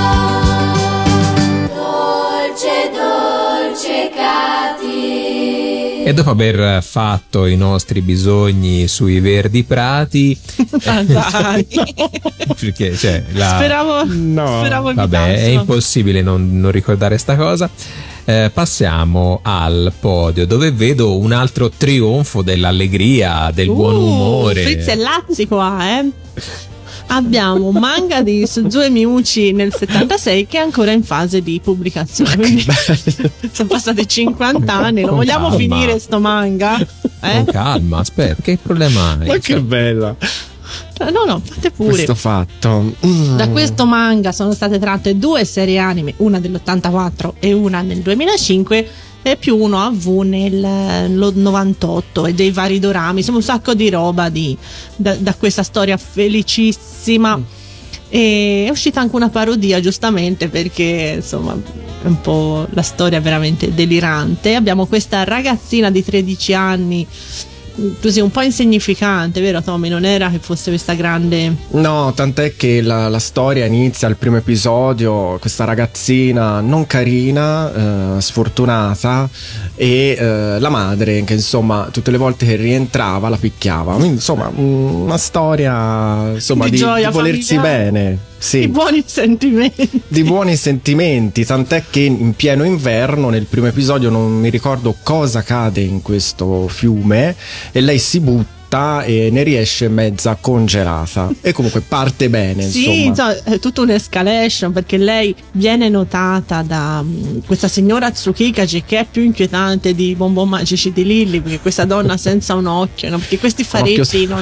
Dolce, dolce Katy. E dopo aver fatto i nostri bisogni sui verdi prati, Ah, dai. perché cioè, Speravo vabbè, è evitassero. impossibile non ricordare sta cosa. Passiamo al podio, dove vedo un altro trionfo dell'allegria, del buon umore. Fritz e Lazzi qua, Abbiamo un manga di Suzue Miucci nel 76 che è ancora in fase di pubblicazione. Quindi sono passati 50 anni, lo Con vogliamo calma. finire sto manga? Con calma, aspetta, che problema hai? Ma che bella No, fate pure. questo fatto. Da questo manga sono state tratte 2 serie anime, una dell'84 e una nel 2005, e più uno AV nel 98, e dei vari dorami, insomma un sacco di roba da questa storia felicissima. E è uscita anche una parodia, giustamente, perché insomma è un po' la storia veramente delirante. Abbiamo questa ragazzina di 13 anni, così un po' insignificante, vero Tommy? Non era che fosse questa grande... No, tant'è che la storia inizia al primo episodio, questa ragazzina non carina, sfortunata, e la madre che insomma tutte le volte che rientrava la picchiava. Quindi, insomma, una storia insomma Di gioia di volersi familiare. bene. Sì. I buoni sentimenti. Di buoni sentimenti, tant'è che in pieno inverno nel primo episodio non mi ricordo cosa cade in questo fiume e lei si butta e ne riesce mezza congelata, e comunque parte bene. Sì, insomma, è tutta un'escalation, perché lei viene notata da questa signora Tsukikaji, che è più inquietante di Bonbon Magici di Lilli, perché questa donna senza un occhio, no? Perché questi faretti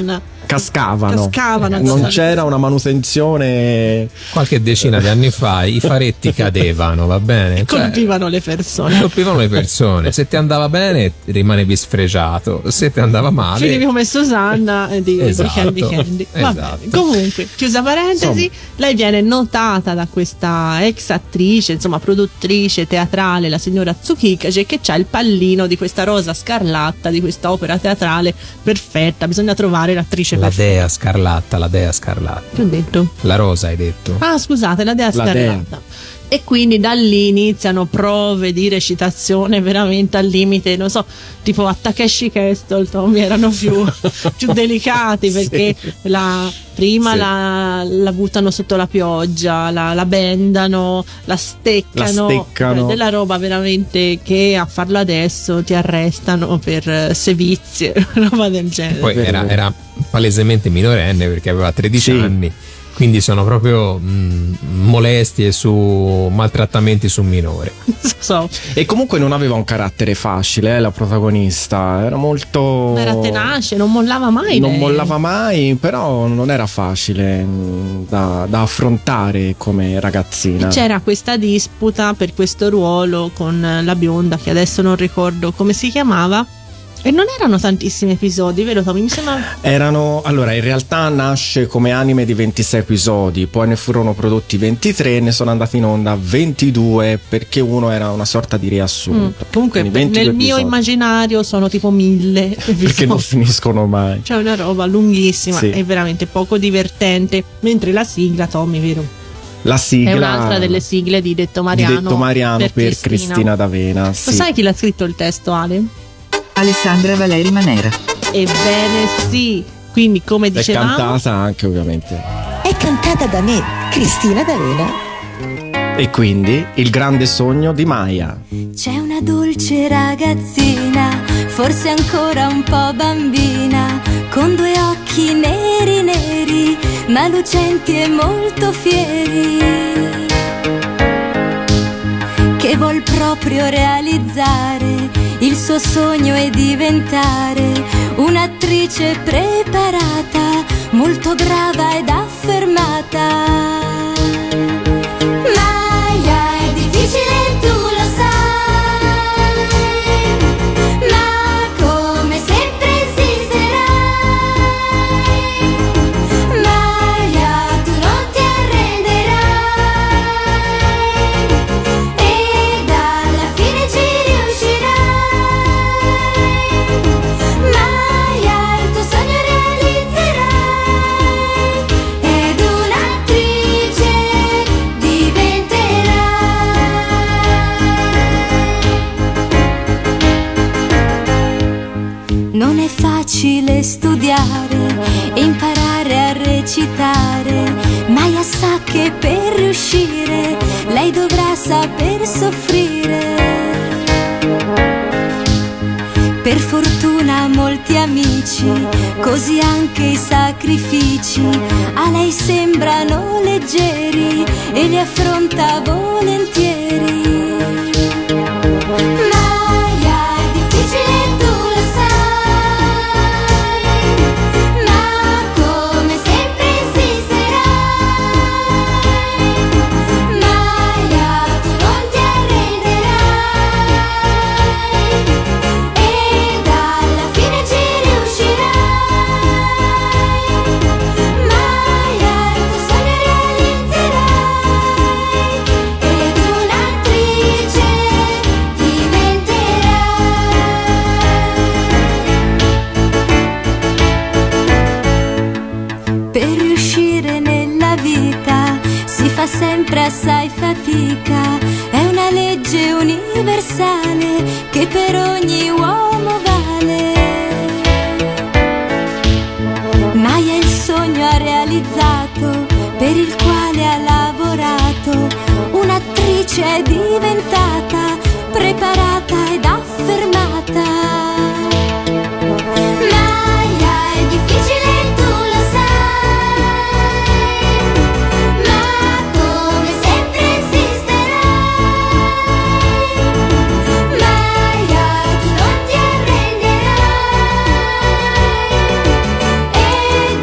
cascavano. Cascavano, Non sì. c'era una manutenzione. Qualche decina di anni fa i faretti cadevano, va bene? Cioè, Colpivano le persone. colpivano le persone. Se ti andava bene rimanevi sfregiato, se ti andava male Finivi come Susanna di Esatto. Candy. Va Esatto. bene. Comunque, chiusa parentesi, lei viene notata da questa ex attrice, insomma produttrice teatrale, la signora Tsukikaze, che c'ha il pallino di questa Rosa Scarlatta, di questa opera teatrale perfetta. Bisogna trovare l'attrice la perfetta. dea scarlatta. Che ho detto? La rosa hai detto? Ah, scusate, la dea La Scarlatta. E quindi da lì iniziano prove di recitazione veramente al limite, non so, tipo a Takeshi Castle, Tommy, erano più delicati, perché prima Sì. la buttano sotto la pioggia, la bendano, la steccano. Della roba veramente che a farlo adesso ti arrestano per sevizie, roba del genere. Poi era palesemente minorenne perché aveva 13 anni, quindi sono proprio molestie su maltrattamenti su minore. So. E comunque non aveva un carattere facile, la protagonista. Era molto. Era tenace, non mollava mai. Non lei. mollava mai, però non era facile da affrontare come ragazzina. C'era questa disputa per questo ruolo con la bionda, che adesso non ricordo come si chiamava. E non erano tantissimi episodi, vero Tommy? Mi sembra. Allora, in realtà nasce come anime di 26 episodi, poi ne furono prodotti 23 e ne sono andati in onda 22 perché uno era una sorta di riassunto. Comunque Quindi 22 nel mio episodi, immaginario sono tipo 1000 episodi. perché non finiscono mai. C'è una roba lunghissima Sì. e veramente poco divertente. Mentre la sigla, Tommy, vero? La sigla È un'altra delle sigle di Detto Mariano, per Cristina D'Avena. Sì. Lo sai chi l'ha scritto il testo, Ale? Alessandra Valeri Manera. Ebbene sì, quindi come È dicevamo, cantata anche ovviamente. È cantata da me, Cristina D'Avena. E quindi il grande sogno di Maya. C'è una dolce ragazzina, forse ancora un po' bambina, con due occhi neri neri, ma lucenti e molto fieri, che vuol proprio realizzare il suo sogno è diventare un'attrice preparata, molto brava ed affermata. Maya è difficile, tu lo sai, ma come sempre esisterai. Maya, tu non ti arrenderai e dalla fine ci riuscirai. Maya, il tuo sogno realizzerai ed un'attrice diventerai. Non è facile studiare e imparare a recitare. Maya sa che per riuscire lei dovrà saper soffrire. Per fortuna molti amici, così anche i sacrifici a lei sembrano leggeri e li affronta volentieri. Maya è difficile, tu lo sai, ma come sempre esisterai. Maya, tu non ti arrenderai e dalla fine ci riuscirai. Maya, il tuo sogno realizzerai ed un'attrice diventerai. Per riuscire nella vita si fa sempre assai fatica, è una legge universale che per ogni uomo vale. Maya il sogno ha realizzato, per il quale ha lavorato, un'attrice è diventata, preparata ed affermata. Maya è difficile, tu lo sai, ma come sempre esisterai. Maya, tu non ti arrenderai e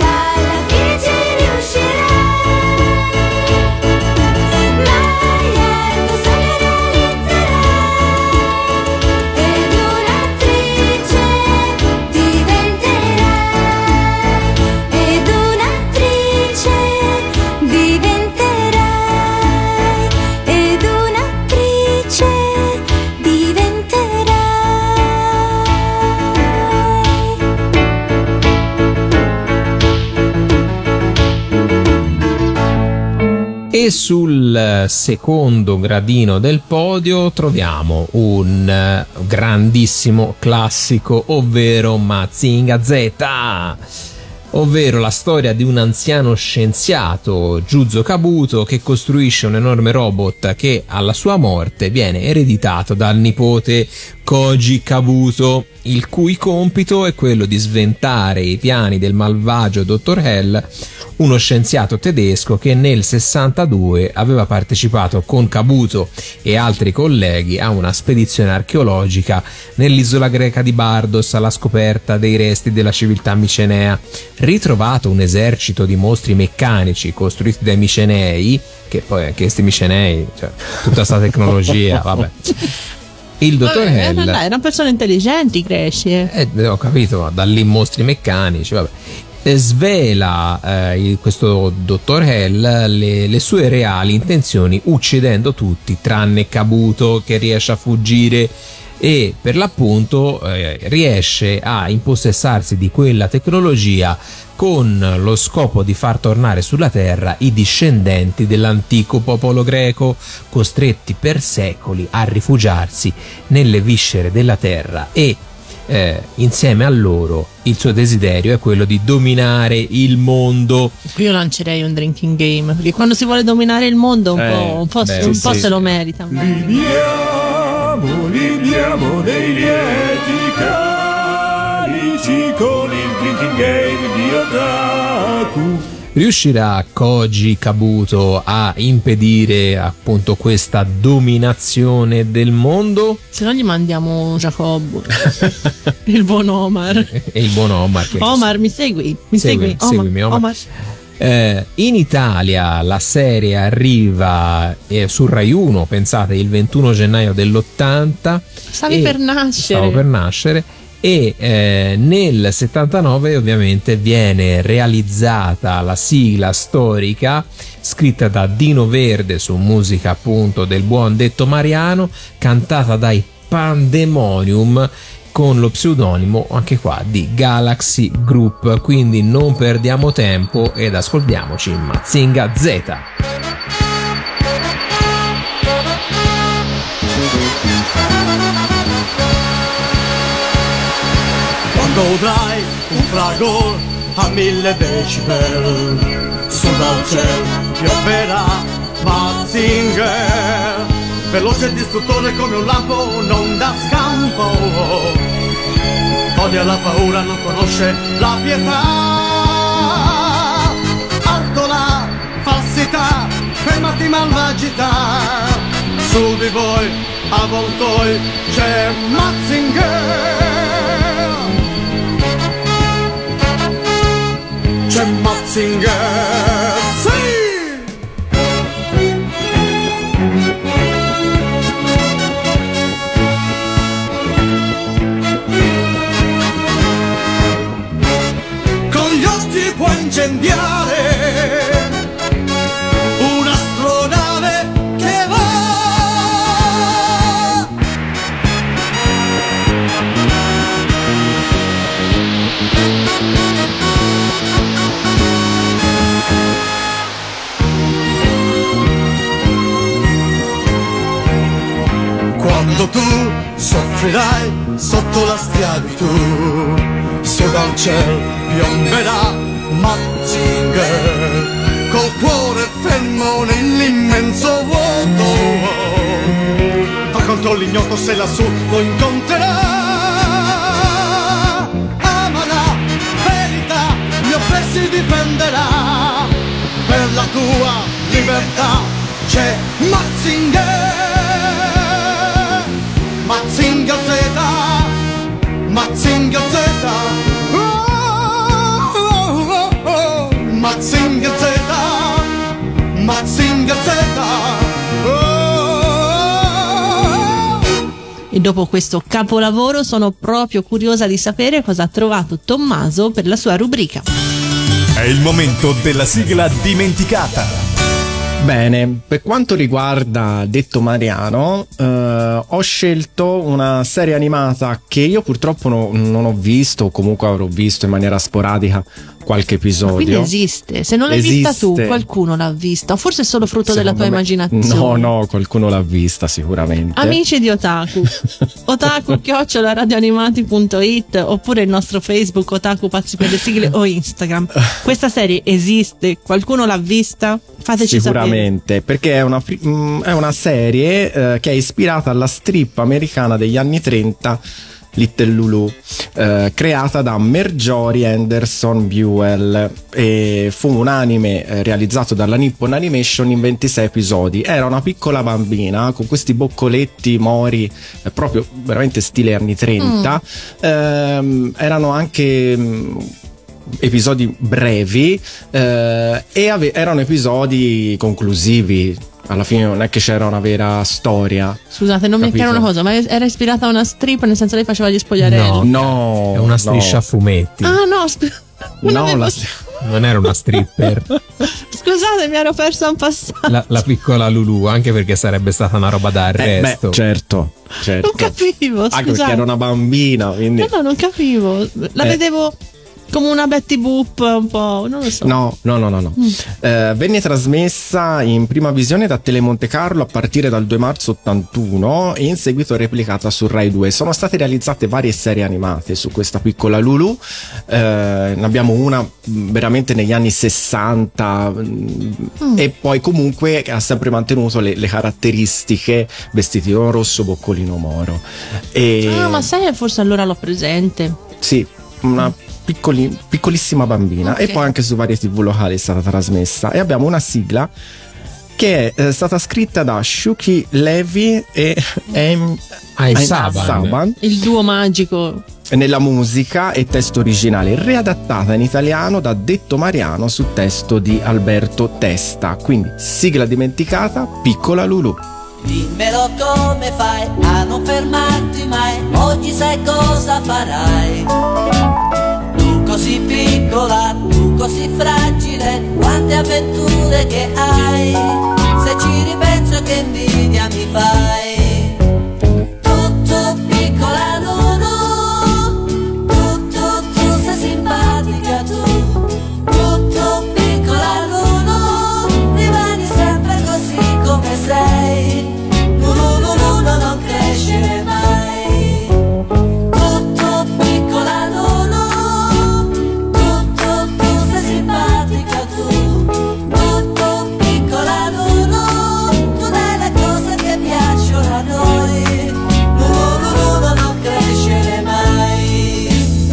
E sul secondo gradino del podio troviamo un grandissimo classico, ovvero Mazinga Z, ovvero la storia di un anziano scienziato, Juzo Kabuto, che costruisce un enorme robot che alla sua morte viene ereditato dal nipote Koji Kabuto, il cui compito è quello di sventare i piani del malvagio Dr. Hell, uno scienziato tedesco che nel 62 aveva partecipato con Kabuto e altri colleghi a una spedizione archeologica nell'isola greca di Bardos alla scoperta dei resti della civiltà micenea. Ritrovato un esercito di mostri meccanici costruiti dai micenei, che poi anche questi micenei, cioè tutta sta tecnologia, vabbè. Il dottor Hell erano persone intelligenti, i greci. Ho capito, da lì mostri meccanici, vabbè. Svela questo dottor Hell le sue reali intenzioni, uccidendo tutti tranne Kabuto, che riesce a fuggire e per l'appunto riesce a impossessarsi di quella tecnologia con lo scopo di far tornare sulla terra i discendenti dell'antico popolo greco, costretti per secoli a rifugiarsi nelle viscere della terra, e insieme a loro il suo desiderio è quello di dominare il mondo. Qui io lancerei un drinking game, perché quando si vuole dominare il mondo un po' se lo merita. Libiamo dei lieti carici con il drinking game di Otaku. Riuscirà Koji Kabuto a impedire appunto questa dominazione del mondo? Se no gli mandiamo Giacobbo, il buon Omar. E il buon Omar che Omar, mi segui? Seguimi, Omar. In Italia la serie arriva su Rai 1, pensate, il 21 gennaio dell'80. Stavo per nascere. E nel 79 ovviamente viene realizzata la sigla storica scritta da Dino Verde su musica appunto del buon Detto Mariano, cantata dai Pandemonium con lo pseudonimo anche qua di Galaxy Group. Quindi non perdiamo tempo ed ascoltiamoci Mazinga Z. Quando udrai un fragor a 1000 decibel, su dal cielo pioverà Mazinger, veloce e distruttore come un lampo, non dà scampo. Odia la paura, non conosce la pietà. Alto la falsità, fermati malvagità. Su di voi, avvoltoi, c'è Mazinger. C'è Mazinger, sì! Con gli occhi può incendiare un'astronave che va. Quando tu soffrirai sotto la schiavitù, su dal cielo piomberà Mazinger, col cuore fermo nell'immenso vuoto. Va contro l'ignoto se lassù lo incontrerà. Ama la verità, gli oppressi difenderà. Per la tua libertà c'è Mazinger. Mazinga Z, Mazinga Z, Mazinga Z, Mazinga Z. E dopo questo capolavoro sono proprio curiosa di sapere cosa ha trovato Tommaso per la sua rubrica. È il momento della sigla dimenticata. Bene, per quanto riguarda Detto Mariano, ho scelto una serie animata che io purtroppo non ho visto, o comunque avrò visto in maniera sporadica qualche episodio. Quindi esiste, se non l'hai vista tu, qualcuno l'ha vista, o forse è solo frutto della tua immaginazione. No, qualcuno l'ha vista sicuramente. Amici di Otaku, otaku@radioanimati.it, oppure il nostro Facebook Otaku Pazzi per le sigle, o Instagram. Questa serie esiste, qualcuno l'ha vista? Fateci sicuramente sapere. Perché è una serie che è ispirata alla strip americana degli anni 30, Little Lulu, creata da Marjorie Henderson Buell, e fu un anime realizzato dalla Nippon Animation in 26 episodi. Era una piccola bambina con questi boccoletti mori, proprio veramente stile anni 30. Erano anche episodi brevi, e erano episodi conclusivi. Alla fine non è che c'era una vera storia. Scusate, non mi è chiaro una cosa, ma era ispirata a una strip, nel senso lei faceva gli spogliarelli? No, è una striscia a fumetti. Ah no, non era una stripper. Scusate, mi ero persa un passaggio. La piccola Lulu, anche perché sarebbe stata una roba da arresto. Certo. Non capivo, scusate. Anche perché era una bambina, quindi... No, non capivo. La vedevo come una Betty Boop, un po', non lo so. No. Venne trasmessa in prima visione da Telemonte Carlo a partire dal 2 marzo 81 e in seguito replicata su Rai 2. Sono state realizzate varie serie animate su questa piccola Lulu. Ne abbiamo una veramente negli anni 60, e poi comunque ha sempre mantenuto le caratteristiche: vestitino rosso, boccolino moro. Ma sai, forse allora l'ho presente. Sì, una piccolissima bambina. Okay. E poi anche su varie TV locali è stata trasmessa, e abbiamo una sigla che è stata scritta da Shuki Levy e Saban, il duo magico. Nella musica e testo originale, readattata in italiano da Detto Mariano su testo di Alberto Testa. Quindi sigla dimenticata, Piccola Lulu. Dimmelo come fai a non fermarti mai, oggi sai cosa farai. Tu così piccola, tu così fragile, quante avventure che hai. Se ci ripenso che invidia mi fai. Tutto piccola Lulu, tu sei simpatica tu. Tutto piccola Lulu, rimani sempre così come sei. Lulu, non crescere mai. Tutto piccola Lulu, tu sei simpatica tu. Tutto piccola Lulu, tu dai le cose che piacciono a noi. Lulu, non crescere mai.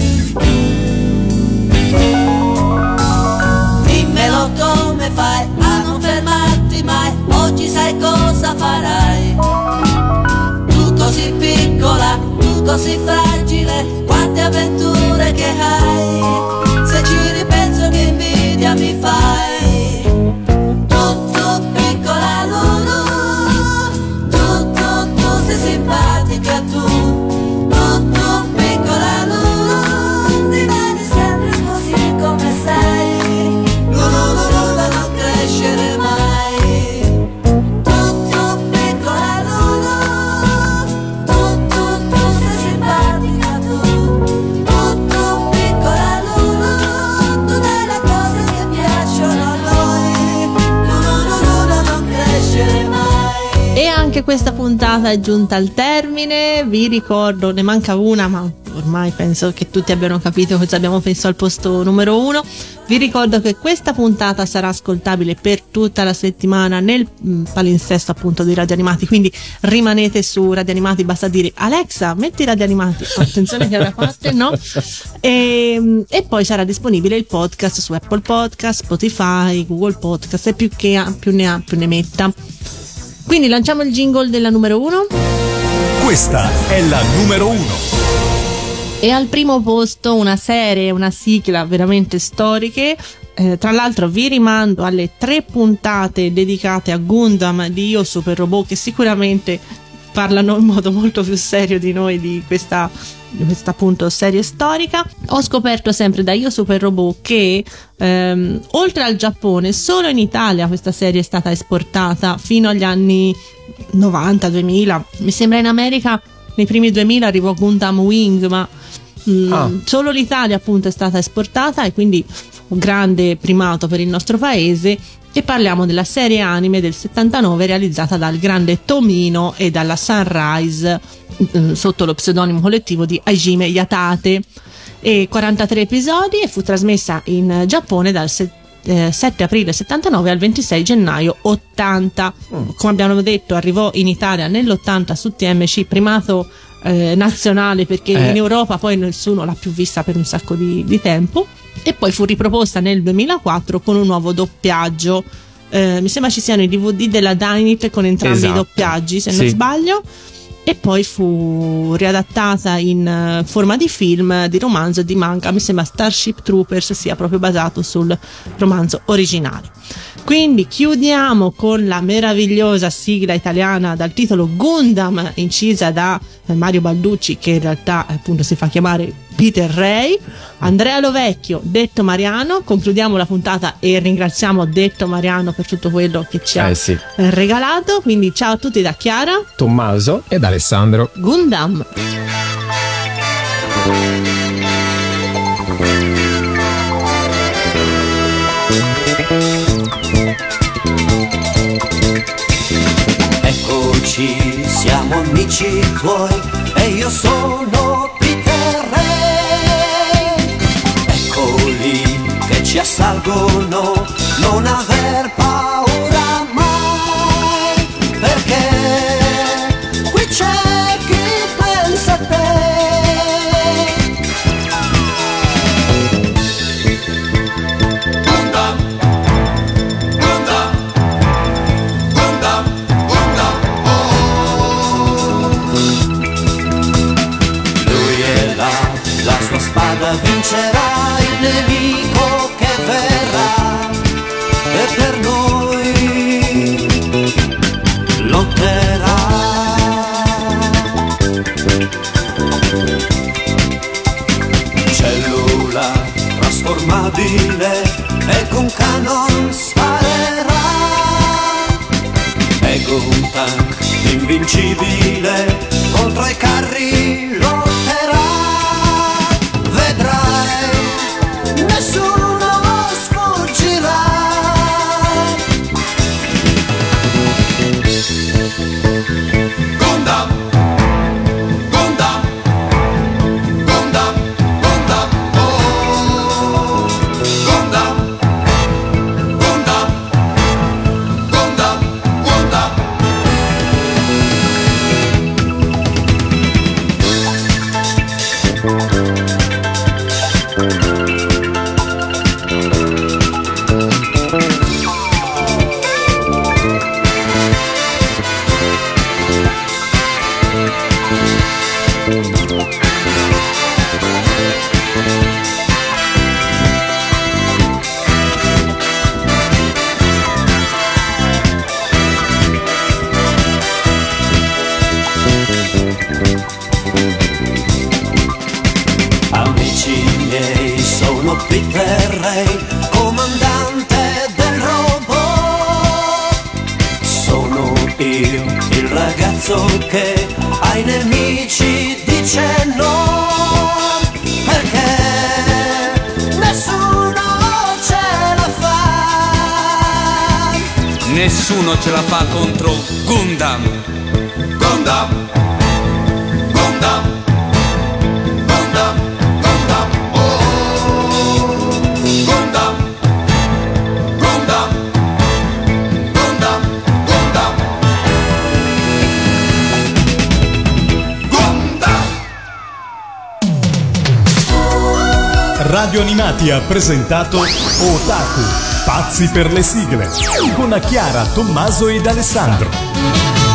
Dimmelo come fai a non fermarti mai, oggi sai cosa farai. Tu così piccola, tu così fragile, quante avventure che hai. Se ci ripenso che invidia mi fai. Tutto piccola Lulu, tu sei simpatica tu. Tutto piccola Lulu, rimani sempre così come sei. Lulu, non crescere mai. Tutto piccola Lulu, tu sei simpatica tu. Tutto piccola Lulu, tu dai le cose che piacciono a noi. Lulu, non crescere mai. E anche questa puntata è giunta al termine. Vi ricordo, ne manca una, ma ormai penso che tutti abbiano capito cosa abbiamo messo al posto numero 1. Vi ricordo che questa puntata sarà ascoltabile per tutta la settimana nel palinsesto appunto di Radio Animati, quindi rimanete su Radio Animati, basta dire Alexa metti Radio Animati, attenzione che ora parte, no? E poi sarà disponibile il podcast su Apple Podcast, Spotify, Google Podcast, e più ne ha più ne metta. Quindi lanciamo il jingle della numero 1. Questa è la numero 1. E al primo posto una serie, una sigla veramente storiche. Tra l'altro vi rimando alle 3 puntate dedicate a Gundam di Io Super Robot, che sicuramente parlano in modo molto più serio di noi di questa appunto serie storica. Ho scoperto sempre da Io Super Robot che oltre al Giappone solo in Italia questa serie è stata esportata fino agli anni 90-2000. Mi sembra in America nei primi 2000 arrivò Gundam Wing, ma Solo l'Italia appunto è stata esportata e quindi un grande primato per il nostro paese. E parliamo della serie anime del 79 realizzata dal grande Tomino e dalla Sunrise sotto lo pseudonimo collettivo di Hajime Yatate, e 43 episodi, e fu trasmessa in Giappone dal 7 aprile 79 al 26 gennaio 80. Come abbiamo detto, arrivò in Italia nell'80 su TMC, primato nazionale, perché in Europa poi nessuno l'ha più vista per un sacco di tempo, e poi fu riproposta nel 2004 con un nuovo doppiaggio. Mi sembra ci siano i DVD della Dynit con entrambi i doppiaggi, se non sbaglio, e poi fu riadattata in forma di film, di romanzo e di manga. Mi sembra Starship Troopers sia proprio basato sul romanzo originale. Quindi chiudiamo con la meravigliosa sigla italiana dal titolo Gundam, incisa da Mario Balducci, che in realtà appunto si fa chiamare Peter Ray. Andrea Lovecchio, detto Mariano. Concludiamo la puntata e ringraziamo detto Mariano per tutto quello che ci ha regalato. Quindi ciao a tutti da Chiara, Tommaso ed Alessandro. Gundam. Eccoci, siamo amici tuoi e io sono Peter Ray. Eccoli che ci assalgono, non aver paura mai, perché qui c'è chi pensa a te. Spada vincerà il nemico che verrà e per noi lotterà. Cellula trasformabile e con canon sparerà, e con un tank invincibile contro i carri lotterà. Nessuno sfuggirà. Gundam, Gundam, Gundam, Gundam, oh. Gundam, Gundam, Gundam, Gundam. Amici miei, sono Peter Ray, comandante del robot. Sono io, il ragazzo che ai nemici dice no, perché nessuno ce la fa. Nessuno ce la fa contro Gundam. Gundam, Gundam, Gundam, Gundam, oh. Gundam, Gundam, Gundam, Gundam, Gundam. Radio Animati ha presentato Otaku, pazzi per le sigle, con Chiara, Tommaso ed Alessandro.